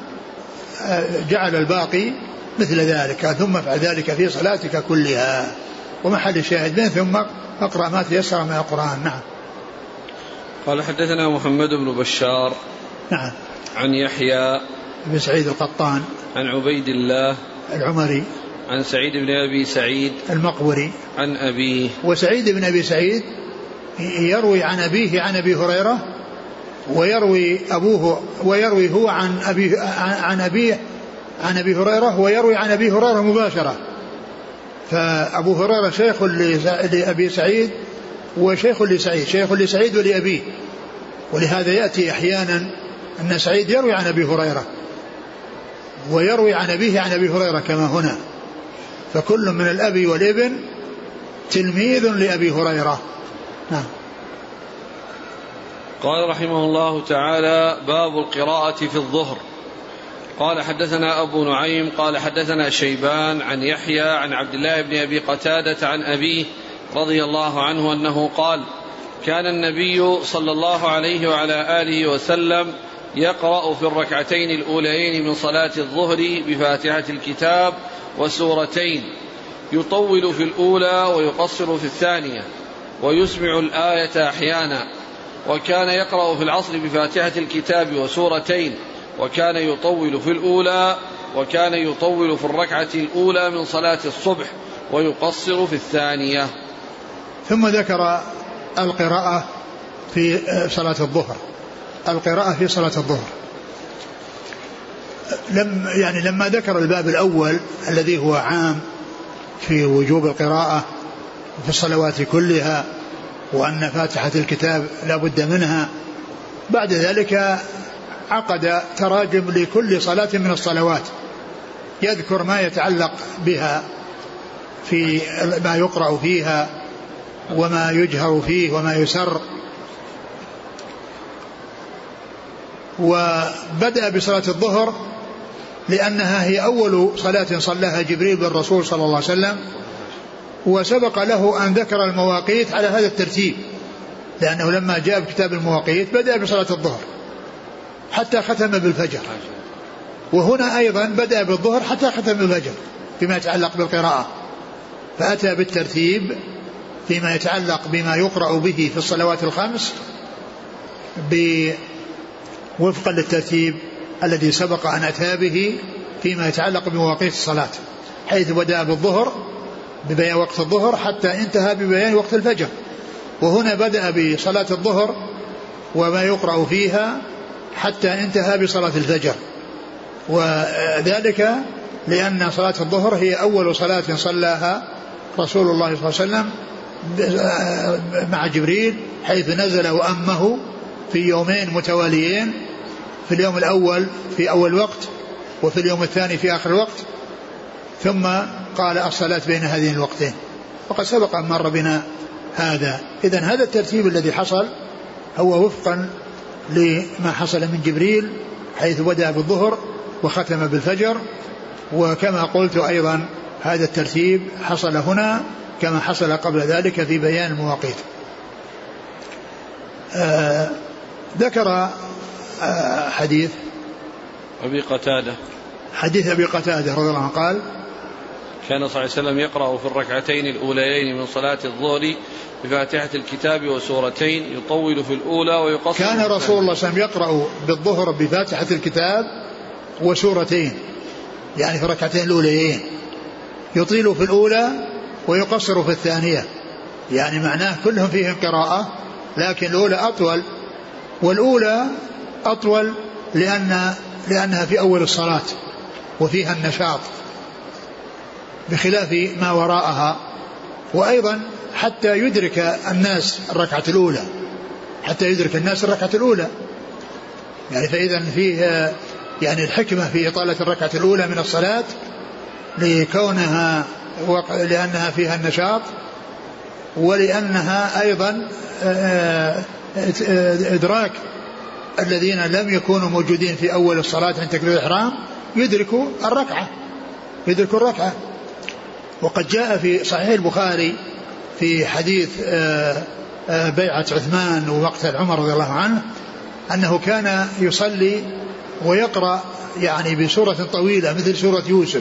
جعل الباقي مثل ذلك، ثم افعل ذلك في صلاتك كلها. ومحل الشاهد بين ثم اقرأ ما تيسر من القرآن. نعم. قال حدثنا محمد بن بشار نعم عن يحيى بن سعيد القطان عن عبيد الله العمري عن سعيد بن أبي سعيد المقبري عن أبيه. وسعيد بن أبي سعيد يروي عن أبيه عن أبي هريرة، ويروي أبوه ويروي هو عن أبيه عن أبيه عن أبي هريرة، ويروي عن أبي هريرة مباشرة. فأبو هريرة شيخ لأبي سعيد وشيخ لسعيد، شيخ لسعيد ولأبيه، ولهذا يأتي أحيانا أن سعيد يروي عن أبي هريرة ويروي عن أبيه عن أبي هريرة كما هنا، فكل من الأب والابن تلميذ لأبي هريرة. نعم. قال رحمه الله تعالى: باب القراءة في الظهر. قال حدثنا أبو نعيم قال حدثنا شيبان عن يحيى عن عبد الله بن أبي قتادة عن أبيه رضي الله عنه أنه قال: كان النبي صلى الله عليه وعلى آله وسلم يقرأ في الركعتين الأوليين من صلاة الظهر بفاتحة الكتاب وسورتين، يطول في الأولى ويقصر في الثانية، ويسمع الآية أحيانا. وكان يقرأ في العصر بفاتحة الكتاب وسورتين، وكان يطول في الأولى، وكان يطول في الركعة الأولى من صلاة الصبح ويقصر في الثانية. ثم ذكر القراءة في صلاة الظهر. القراءة في صلاة الظهر لم يعني لما ذكر الباب الأول الذي هو عام في وجوب القراءة في الصلوات كلها، وأن فاتحة الكتاب لا بد منها، بعد ذلك عقد تراجم لكل صلاة من الصلوات، يذكر ما يتعلق بها في ما يقرأ فيها وما يجهر فيه وما يسر. وبدأ بصلاة الظهر لأنها هي أول صلاة صلاها جبريل بالرسول صلى الله عليه وسلم، وسبق له أن ذكر المواقيت على هذا الترتيب، لأنه لما جاء بكتاب المواقيت بدأ بصلاة الظهر حتى ختم بالفجر، وهنا أيضا بدأ بالظهر حتى ختم بالفجر فيما يتعلق بالقراءة، فأتى بالترتيب فيما يتعلق بما يقرأ به في الصلوات الخمس وفقا للترتيب الذي سبق أن أتى به فيما يتعلق بمواقيت الصلاة، حيث بدأ بالظهر ببيان وقت الظهر حتى انتهى ببيان وقت الفجر. وهنا بدأ بصلاة الظهر وما يقرأ فيها حتى انتهى بصلاة الفجر، وذلك لأن صلاة الظهر هي أول صلاة صلاها رسول الله صلى الله عليه وسلم مع جبريل، حيث نزل وأمه في يومين متواليين، في اليوم الأول في أول وقت وفي اليوم الثاني في آخر الوقت، ثم قال الصلاة بين هذين الوقتين، وقد سبق أن مر بنا هذا. إذن هذا الترتيب الذي حصل هو وفقا لما حصل من جبريل، حيث بدأ بالظهر وختم بالفجر. وكما قلت أيضا هذا الترتيب حصل هنا كما حصل قبل ذلك في بيان المواقيت. آه ذكر آه حديث أبي قتادة حديث أبي قتادة رضي الله عنه قال كان صلى الله عليه وسلم يقرأ في الركعتين الأوليين من صلاة الظهر بفاتحة الكتاب وسورتين يطول في الأولى ويقصر. كان رسول الله صلى الله عليه وسلم يقرأ بالظهر بفاتحة الكتاب وسورتين، يعني في الركعتين الأوليين، يطيل في الأولى ويقصر في الثانية، يعني معناه كلهم فيهم قراءة، لكن الأولى أطول، والأولى أطول لأن لأنها في أول الصلاة وفيها النشاط بخلاف ما وراءها. وأيضا حتى يدرك الناس الركعة الأولى حتى يدرك الناس الركعة الأولى يعني فإذا فيه يعني الحكمة في إطالة الركعة الأولى من الصلاة لكونها لأنها فيها النشاط، ولأنها أيضا إدراك الذين لم يكونوا موجودين في أول الصلاة عند تكبيرة الإحرام يدركوا الركعة يدركوا الركعة. وقد جاء في صحيح البخاري في حديث بيعة عثمان ومقتل عمر رضي الله عنه أنه كان يصلي ويقرأ يعني بسورة طويلة مثل سورة يوسف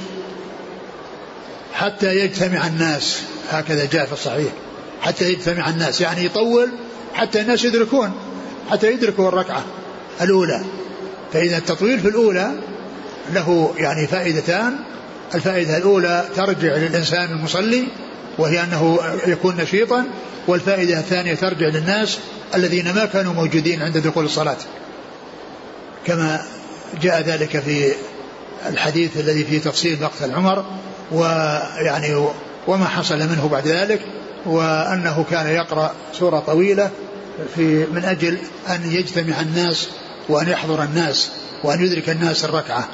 حتى يجتمع الناس، هكذا جاء في الصحيح، حتى يجتمع الناس، يعني يطول حتى الناس يدركون حتى يدركوا الركعة الأولى. فإذا التطويل في الأولى له يعني فائدتان، الفائدة الأولى ترجع للإنسان المصلي وهي أنه يكون نشيطا، والفائدة الثانية ترجع للناس الذين ما كانوا موجودين عند دخول الصلاة، كما جاء ذلك في الحديث الذي فيه تفصيل مقتل عمر ويعني وما حصل منه بعد ذلك، وأنه كان يقرأ سورة طويلة في من أجل أن يجتمع الناس وأن يحضر الناس وأن يدرك الناس الركعة.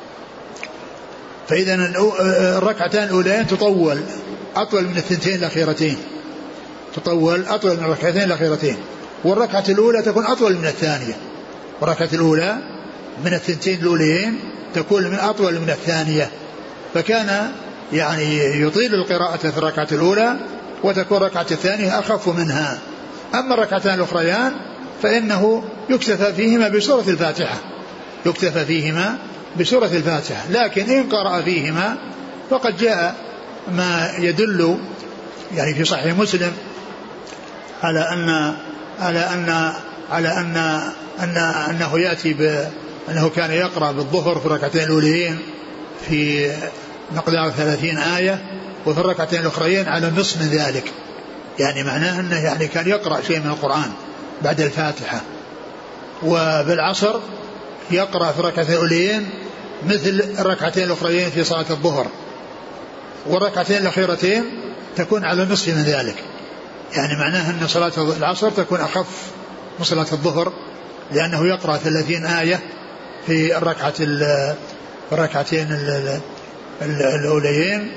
فإذا الركعتان الأوليين تطول أطول من الثنتين الأخيرتين تطول أطول من الركعتين الأخيرتين والركعة الأولى تكون أطول من الثانية، والركعة الأولى من الثنتين الأوليين تكون من أطول من الثانية. فكان يعني يطيل القراءة في الركعة الأولى وتكون الركعة الثانية أخف منها. أما الركعتان الأخريان فإنه يكتفى فيهما بسورة الفاتحة يكتفى فيهما بسورة الفاتحة لكن إن قرأ فيهما فقد جاء ما يدل يعني في صحيح مسلم على أن على أن على أن أن أنه يأتي بأنه كان يقرأ بالظهر في الركعتين الأوليين في مقدار ثلاثين آية وفي الركعتين الأخريين على النصف من ذلك، يعني معناه أنه يعني كان يقرأ شيء من القرآن بعد الفاتحة. وبالعصر يقرأ في الركعتين الأوليين مثل الركعتين الأخريين في صلاة الظهر، والركعتين الأخيرتين تكون على النصف من ذلك، يعني معناه أن صلاة العصر تكون أخف من صلاة الظهر لأنه يقرأ ثلاثين آية في الركعة الركعتين الأوليين،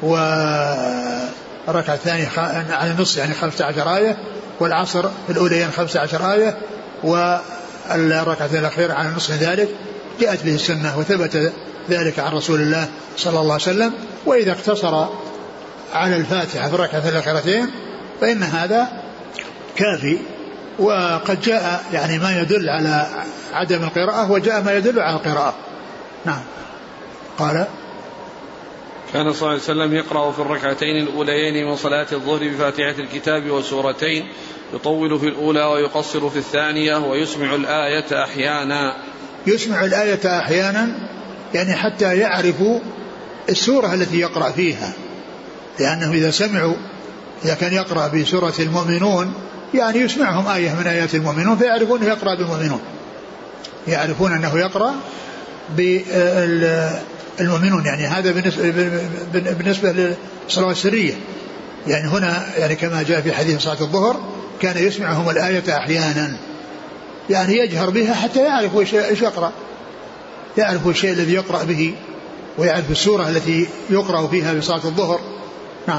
والركعة الثانية على النصف يعني خمسة عشر آية، والعصر في الأوليين خمسة عشر آية، والركعتين الأخيرة على النصف من ذلك. جاءت به السنة وثبت ذلك عن رسول الله صلى الله عليه وسلم. وإذا اقتصر على الفاتحة في الركعتين الأخيرتين فإن هذا كافي. وقد جاء يعني ما يدل على عدم القراءة وجاء ما يدل على القراءة. نعم. قال كان صلى الله عليه وسلم يقرأ في الركعتين الأوليين من صلاة الظهر بفاتحة الكتاب وسورتين يطول في الأولى ويقصر في الثانية ويسمع الآية أحيانا يسمع الآية أحيانا يعني حتى يعرفوا السورة التي يقرأ فيها، لأنه إذا سمعوا إذا كان يقرأ بسورة المؤمنون يعني يسمعهم آية من آيات المؤمنون فيعرفون أنه يقرأ بالمؤمنون، يعرفون أنه يقرأ بالمؤمنون. يعني هذا بالنسبة للصلوات السرية، يعني هنا يعني كما جاء في حديث صلاة الظهر كان يسمعهم الآية أحيانا، يعني يجهر بها حتى يعرفوا إيش يقرأ، يعرفوا الشيء الذي يقرأ به ويعرف السورة التي يقرأ فيها بصلاة الظهر. نعم.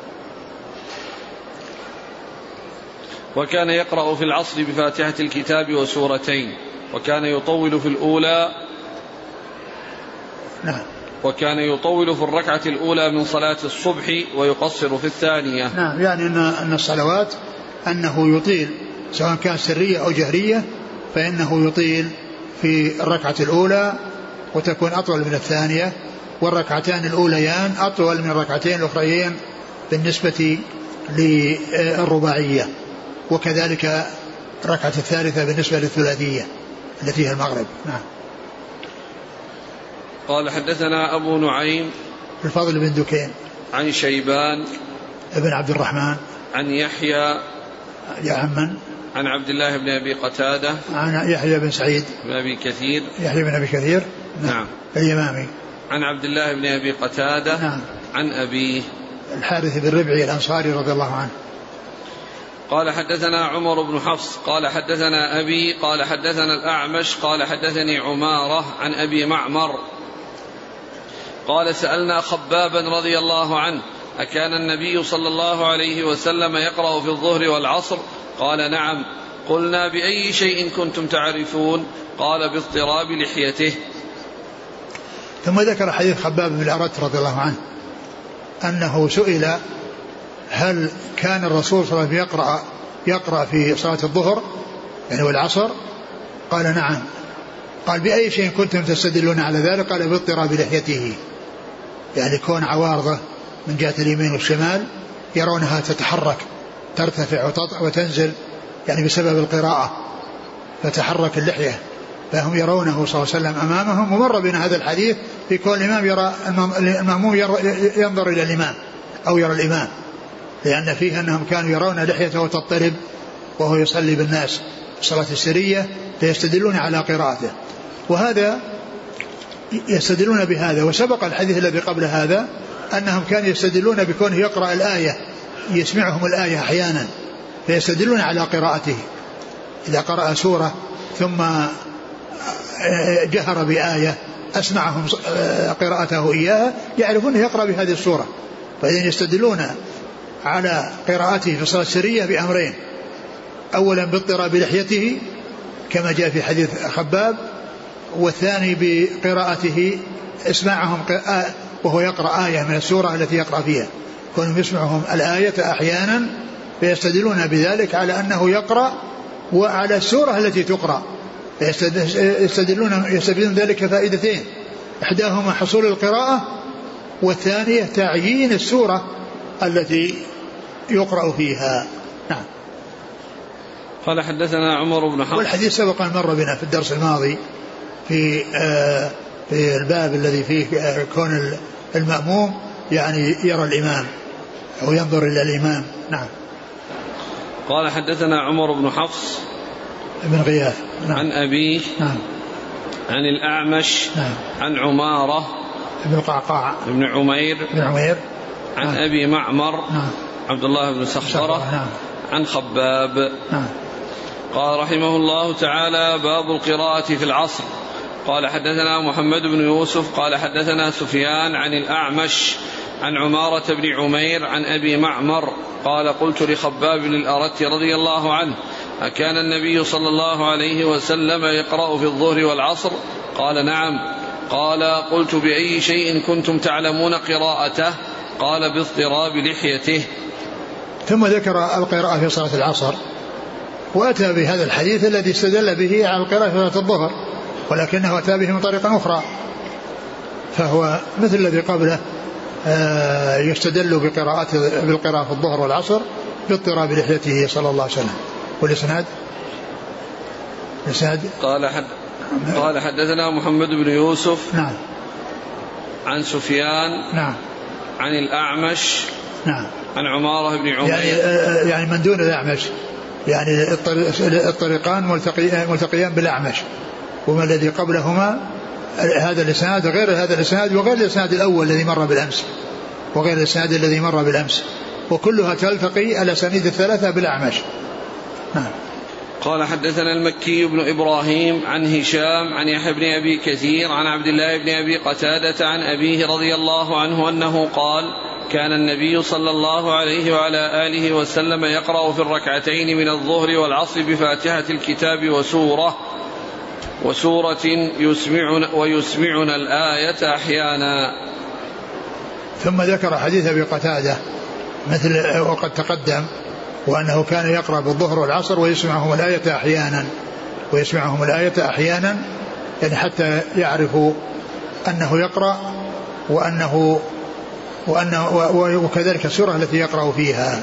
وكان يقرأ في العصر بفاتحة الكتاب وسورتين وكان يطول في الأولى. نعم. وكان يطول في الركعة الأولى من صلاة الصبح ويقصر في الثانية. نعم، يعني أن أن الصلوات أنه يطيل سواء كان سرية أو جهرية، فإنه يطيل في الركعة الأولى وتكون أطول من الثانية، والركعتان الأوليان أطول من الركعتين الأخريين بالنسبة للرباعية، وكذلك الركعة الثالثة بالنسبة للثلاثية التي هي المغرب. نعم. قال حدثنا أبو نعيم الفضل بن دكين عن شيبان ابن عبد الرحمن عن يحيى يا عمن عن عبد الله بن أبي قتادة عن يحيى بن سعيد بن أبي كثير يحيى بن أبي كثير نعم, نعم. اليمامي عن عبد الله بن أبي قتادة نعم. عن أبيه الحارث بن ربعي الأنصاري رضي الله عنه. قال حدثنا عمر بن حفص قال حدثنا أبي قال حدثنا الأعمش قال حدثني عمارة عن أبي معمر قال سألنا خبابا رضي الله عنه أكان النبي صلى الله عليه وسلم يقرأ في الظهر والعصر؟ قال نعم. قلنا بأي شيء كنتم تعرفون؟ قال باضطراب لحيته. ثم ذكر حديث خباب بن الأرت رضي الله عنه أنه سئل هل كان الرسول صلى الله عليه وسلم يقرأ, يقرأ في صلاة الظهر يعني والعصر؟ قال نعم. قال بأي شيء كنتم تستدلون على ذلك؟ قال باضطراب لحيته، يعني كون عوارضه من جهة اليمين والشمال يرونها تتحرك ترتفع وتنزل يعني بسبب القراءة، فتحرك اللحية، فهم يرونه صلى الله عليه وسلم أمامهم. ومر بنا هذا الحديث في كون الإمام يرى المأموم ينظر إلى الإمام أو يرى الإمام، لأن فيه أنهم كانوا يرون لحيته تضطرب وهو يصلي بالناس الصلاة السرية فيستدلون على قراءته، وهذا يستدلون بهذا. وسبق الحديث الذي قبل هذا أنهم كانوا يستدلون بكونه يقرأ الآية يسمعهم الآية أحيانا فيستدلون على قراءته، إذا قرأ سورة ثم جهر بآية أسمعهم قراءته إياها يعرفون يقرأ بهذه السورة، فإذن يستدلون على قراءته في الصلاة السرية بأمرين: أولا باضطراب لحيته كما جاء في حديث خباب، والثاني بقراءته اسمعهم وهو يقرأ آية من السورة التي يقرأ فيها، كونهم يسمعهم الآية أحيانا فيستدلون بذلك على أنه يقرأ وعلى السورة التي تقرأ، يستدلون يستدلون ذلك فائدتين: إحداهما حصول القراءة، والثانية تعيين السورة التي يقرأ فيها. نعم. قال حدثنا عمر بن حفص، والحديث سبق أن مر بنا في الدرس الماضي في آه في الباب الذي فيه آه كون المأموم يعني يرى الإمام أو ينظر إلى الإمام. نعم. قال حدثنا عمر بن حفص بن غياث نعم. عن أبيه نعم. عن الأعمش نعم. عن عمارة بن القعقاع بن عمير بن عمير عن نعم. أبي معمر نعم. عبد الله بن سخرة نعم. عن خباب. نعم. قال رحمه الله تعالى: باب القراءة في العصر. قال حدثنا محمد بن يوسف قال حدثنا سفيان عن الأعمش عن عمارة بن عمير عن أبي معمر قال: قلت لخباب بن الأرت رضي الله عنه: أكان النبي صلى الله عليه وسلم يقرأ في الظهر والعصر؟ قال: نعم. قال: قلت بأي شيء كنتم تعلمون قراءته؟ قال: باضطراب لحيته. ثم ذكر القراءة في صلاة العصر، وأتى بهذا الحديث الذي استدل به على القراءة في صلاة الظهر، ولكنه أتى به من طريقة أخرى، فهو مثل الذي قبله يستدل بقراءة بالقراءة في الظهر والعصر باضطراب لحيته صلى الله عليه وسلم. والإسناد الإسناد قال حد قال حدثنا محمد بن يوسف نعم عن سفيان نعم عن الأعمش نعم عن عمارة بن عمير يعني, يعني من دون الأعمش، يعني الطريقان ملتقيان بالأعمش، وما الذي قبلهما هذا الإسناد غير هذا الإسناد وغير الإسناد الأول الذي مر بالأمس وغير الإسناد الذي مر بالأمس، وكلها تلتقي الأسانيد الثلاثة بالأعمش. نعم. قال حدثنا المكي بن إبراهيم عن هشام عن يحيى بن أبي كثير عن عبد الله بن أبي قتادة عن أبيه رضي الله عنه أنه قال: كان النبي صلى الله عليه وعلى آله وسلم يقرأ في الركعتين من الظهر والعصر بفاتحة الكتاب وسورة وسورة يسمعنا ويسمعنا الآية أحيانا. ثم ذكر حديث أبي قتادة مثل وقد تقدم، وأنه كان يقرأ بالظهر والعصر ويسمعهم الآية أحيانا ويسمعهم الآية أحيانا يعني حتى يعرفوا أنه يقرأ وأنه وأنه وكذلك السورة التي يقرأ فيها.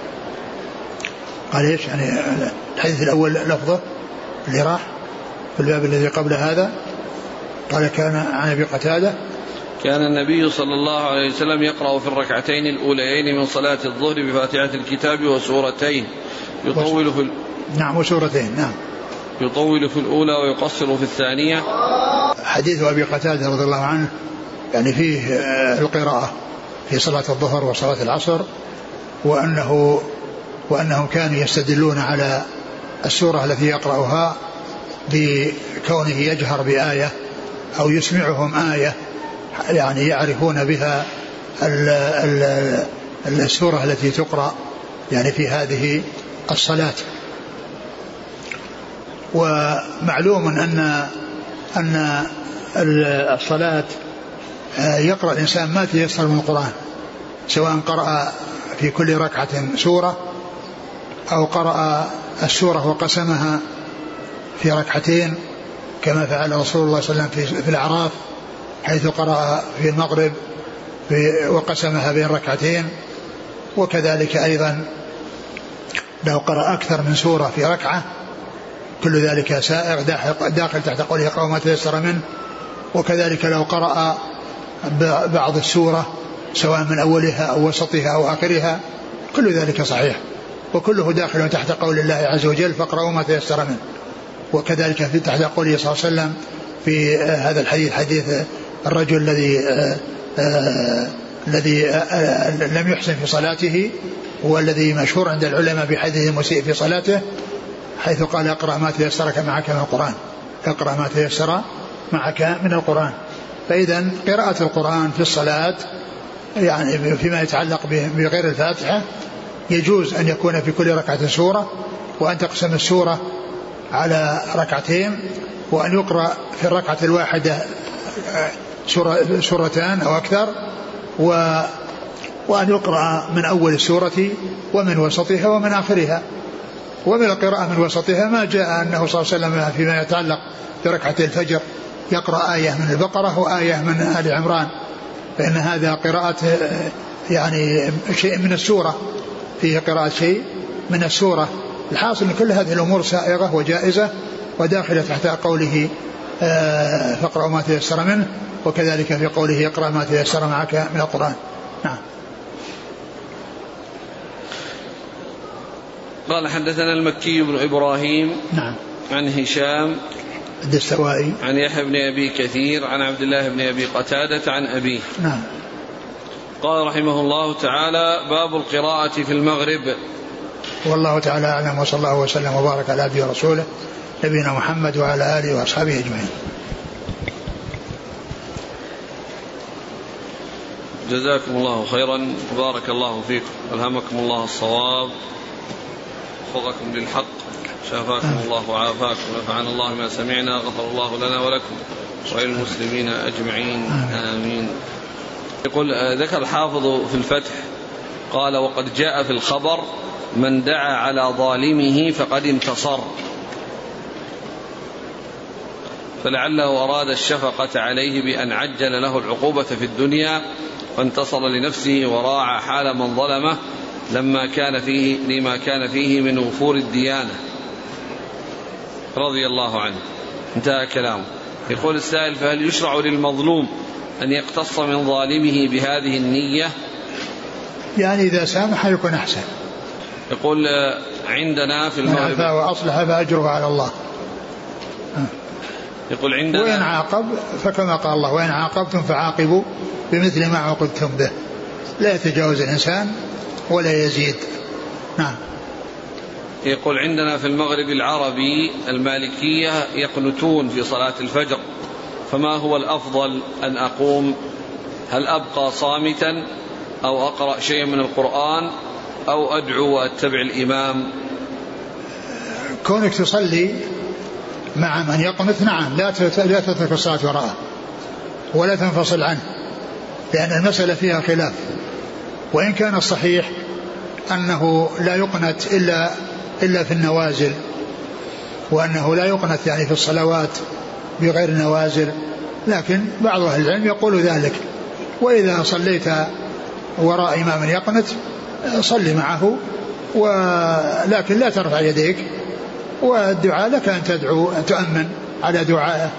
قال إيش يعني الحديث الأول لفظه اللي راح في الباب الذي قبل هذا؟ قال كان عن أبي قتادة كان النبي صلى الله عليه وسلم يقرأ في الركعتين الأوليين من صلاة الظهر بفاتحة الكتاب وسورتين يطول في ال... نعم وسورتين نعم يطول في الأولى ويقصر في الثانية. حديث أبي قتادة رضي الله عنه يعني فيه القراءة في صلاة الظهر وصلاة العصر، وأنه وأنهم كانوا يستدلون على السورة التي يقرأها بكونه يجهر بآية أو يسمعهم آية يعني يعرفون بها السورة التي تقرأ يعني في هذه الصلاة. ومعلوم أن أن الصلاة يقرأ الإنسان ما تيسر من القرآن، سواء قرأ في كل ركعة سورة أو قرأ السورة وقسمها في ركعتين كما فعل رسول الله صلى الله عليه وسلم في الأعراف حيث قرأ في المغرب وقسمها بين ركعتين، وكذلك أيضا لو قرأ أكثر من سورة في ركعة كل ذلك سائغ داخل تحت قوله يقرأ ما تيسر منه. وكذلك لو قرأ بعض السورة سواء من أولها أو وسطها أو آخرها كل ذلك صحيح، وكله داخل تحت قول الله عز وجل فاقرأوا ما تيسر منه. وكذلك في تحت قوله صلى الله عليه وسلم في هذا الحديث حديث الرجل الذي الذي لم يحسن في صلاته والذي مشهور عند العلماء بحديث المسيء في صلاته، حيث قال اقرأ ما تيسرك معك من القرآن، اقرأ ما تيسر معك من القرآن. فإذا قراءة القرآن في الصلاة يعني فيما يتعلق بغير الفاتحة يجوز أن يكون في كل ركعة سورة، وأن تقسم السورة على ركعتين، وأن يقرأ في الركعة الواحدة سورة سورتان أو أكثر، و وأن يقرأ من أول السورة ومن وسطها ومن آخرها. ومن القراءة من وسطها ما جاء أنه صلى الله عليه وسلم فيما يتعلق بركعة الفجر يقرأ آية من البقرة وآية من آل عمران، فإن هذا قراءة يعني شيء من السورة، فيه قراءة شيء من السورة. الحاصل أن كل هذه الأمور سائغة وجائزة وداخلة تحت قوله فاقرأوا ما تيسر منه، وكذلك في قوله اقرأ ما تيسر معك من القرآن. نعم. قال حدثنا المكي بن إبراهيم نعم عن هشام الدستوائي عن يحيى بن أبي كثير عن عبد الله بن أبي قتادة عن أبيه. نعم. قال رحمه الله تعالى باب القراءة في المغرب. والله تعالى أعلم، وصلى الله وسلم وبارك على عبده ورسوله نبينا محمد وعلى آله وأصحابه أجمعين. جزاكم الله خيرا، بارك الله فيكم، ألهمكم الله الصواب، وفقكم للحق، شافاكم الله وعافاكم، ونفعنا الله ما سمعنا، غفر الله لنا ولكم وللمسلمين أجمعين آمين. يقول ذكر الحافظ في الفتح قال وقد جاء في الخبر من دعا على ظالمه فقد انتصر، فلعله أراد الشفقة عليه بأن عجل له العقوبة في الدنيا فانتصر لنفسه وراعى حال من ظلمه لما كان فيه لما كان فيه من وفور الديانة رضي الله عنه. انتهى كلامه. يقول السائل فهل يشرع للمظلوم أن يقتص من ظالمه بهذه النية؟ يعني إذا سامح يكون أحسن. يقول عندنا في المغرب من عفا وأصلح فأجره على الله. يقول عندنا وإن عاقب فكما قال الله وإن عاقبتم فعاقبوا بمثل ما عوقبتم به، لا يتجاوز الإنسان ولا يزيد. نعم. يقول عندنا في المغرب العربي المالكية يقنتون في صلاة الفجر، فما هو الأفضل أن أقوم؟ هل أبقى صامتا أو أقرأ شيئا من القرآن أو أدعو وأتبع الإمام؟ كونك تصلي مع من يقنت نعم لا لا تترك الصلاة وراءه ولا تنفصل عنه، لأن المسألة فيها خلاف. وإن كان الصحيح أنه لا يقنت إلا إلا في النوازل، وأنه لا يقنت يعني في الصلوات بغير النوازل، لكن بعض أهل العلم يقول ذلك. وإذا صليت وراء إمام يقنت صل معه، ولكن لا ترفع يديك، والدعاء لك أن تدعو أن تؤمن على دعائه.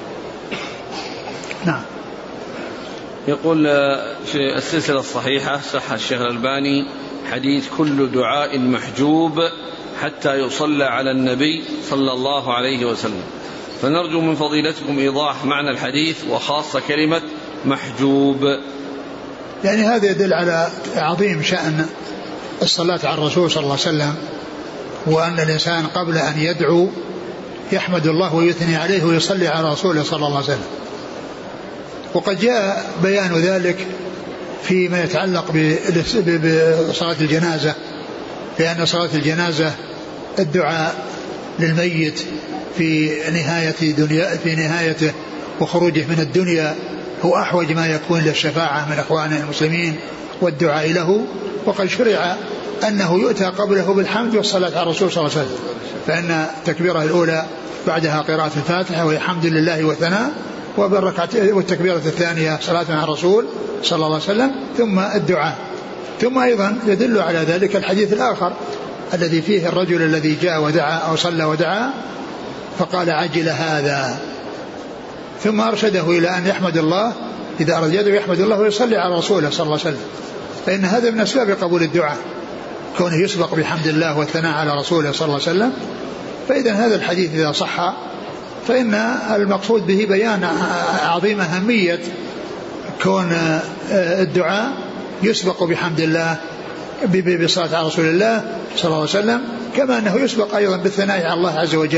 نعم. يقول في السلسلة الصحيحة صح الشيخ الألباني حديث كل دعاء محجوب حتى يصلى على النبي صلى الله عليه وسلم، فنرجو من فضيلتكم إيضاح معنى الحديث وخاصة كلمة محجوب. يعني هذا يدل على عظيم شأن الصلاة على الرسول صلى الله عليه وسلم، وأن الإنسان قبل أن يدعو يحمد الله ويثني عليه ويصلي على رسوله صلى الله عليه وسلم. وقد جاء بيان ذلك فيما يتعلق بصلاة الجنازة، لأن صلاة الجنازة الدعاء للميت في نهاية دنيا في نهايته وخروجه من الدنيا هو أحوج ما يكون للشفاعة من أخوانه المسلمين والدعاء له. وقد شرع أنه يؤتى قبله بالحمد والصلاة على الرسول صلى الله عليه وسلم، فإن التكبيرة الأولى بعدها قراءة الفاتحة والحمد لله وثناء، والتكبيرة الثانية صلاة على الرسول صلى الله عليه وسلم، ثم الدعاء. ثم أيضا يدل على ذلك الحديث الآخر الذي فيه الرجل الذي جاء ودعا أو صلى ودعا فقال عجل هذا، ثم أرشده إلى أن يحمد الله إذا أراد يدعو يحمد الله ويصلي على رسوله صلى الله عليه وسلم، فإن هذا من أسباب قبول الدعاء كونه يسبق بحمد الله والثناء على رسوله صلى الله عليه وسلم. فإذا هذا الحديث إذا صح فإن المقصود به بيان عظيم أهمية كون الدعاء يسبق بحمد الله بصلاة على رسول الله صلى الله عليه وسلم، كما أنه يسبق أيضا بالثناء على الله عز وجل.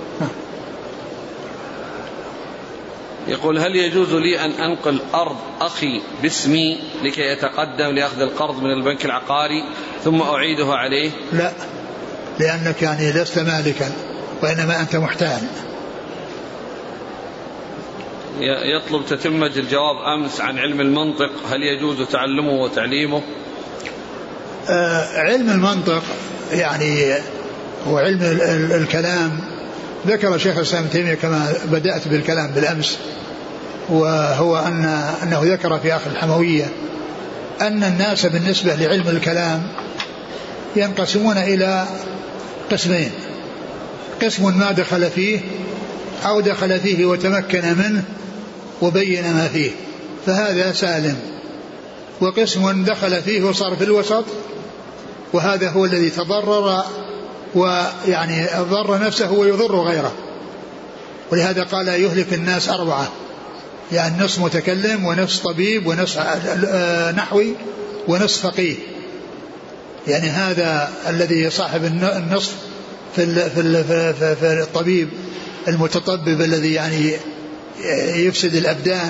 يقول هل يجوز لي أن أنقل أرض أخي باسمي لكي يتقدم لأخذ القرض من البنك العقاري ثم أعيده عليه؟ لا، لأنك يعني لست مالكا وإنما أنت محتال. يطلب تتمة الجواب أمس عن علم المنطق، هل يجوز تعلمه وتعليمه؟ آه علم المنطق يعني هو علم الكلام. ذكر شيخ الإسلام ابن تيمية كما بدأت بالكلام بالأمس، وهو أن أنه ذكر في آخر الحموية أن الناس بالنسبة لعلم الكلام ينقسمون إلى قسمين: قسم ما دخل فيه أو دخل فيه وتمكن منه وبين ما فيه فهذا سالم، وقسم دخل فيه وصار في الوسط وهذا هو الذي تضرر ويعني ضر نفسه ويضر غيره. ولهذا قال يهلك الناس أربعة، يعني نصف متكلم ونصف طبيب ونصف نحوي ونصف فقيه. يعني هذا الذي صاحب النصف في في الطبيب المتطبب الذي يعني يفسد الأبدان،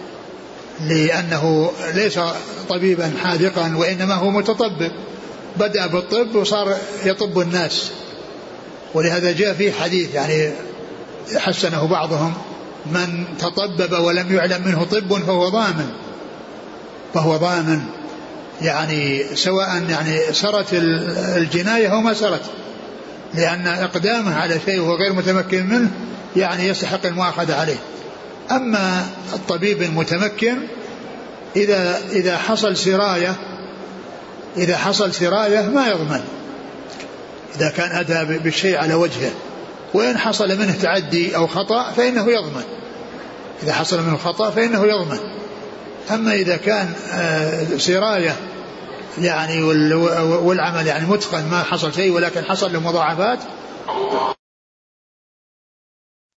لأنه ليس طبيبا حاذقا وإنما هو متطبب، بدأ بالطب وصار يطب الناس. ولهذا جاء في حديث يعني حسنه بعضهم: من تطبب ولم يعلم منه طب فهو ضامن فهو ضامن يعني سواء يعني سرت الجناية أو ما سرت، لأن إقدامه على شيء وهو غير متمكن منه يعني يستحق المؤاخذة عليه. أما الطبيب المتمكن إذا إذا حصل سراية إذا حصل سراية ما يضمن إذا كان أتى بالشيء على وجهه، وإن حصل منه تعدي أو خطأ فإنه يضمن، إذا حصل منه خطأ فإنه يضمن. أما إذا كان سراية يعني والعمل يعني متقن ما حصل شيء ولكن حصل له مضاعفات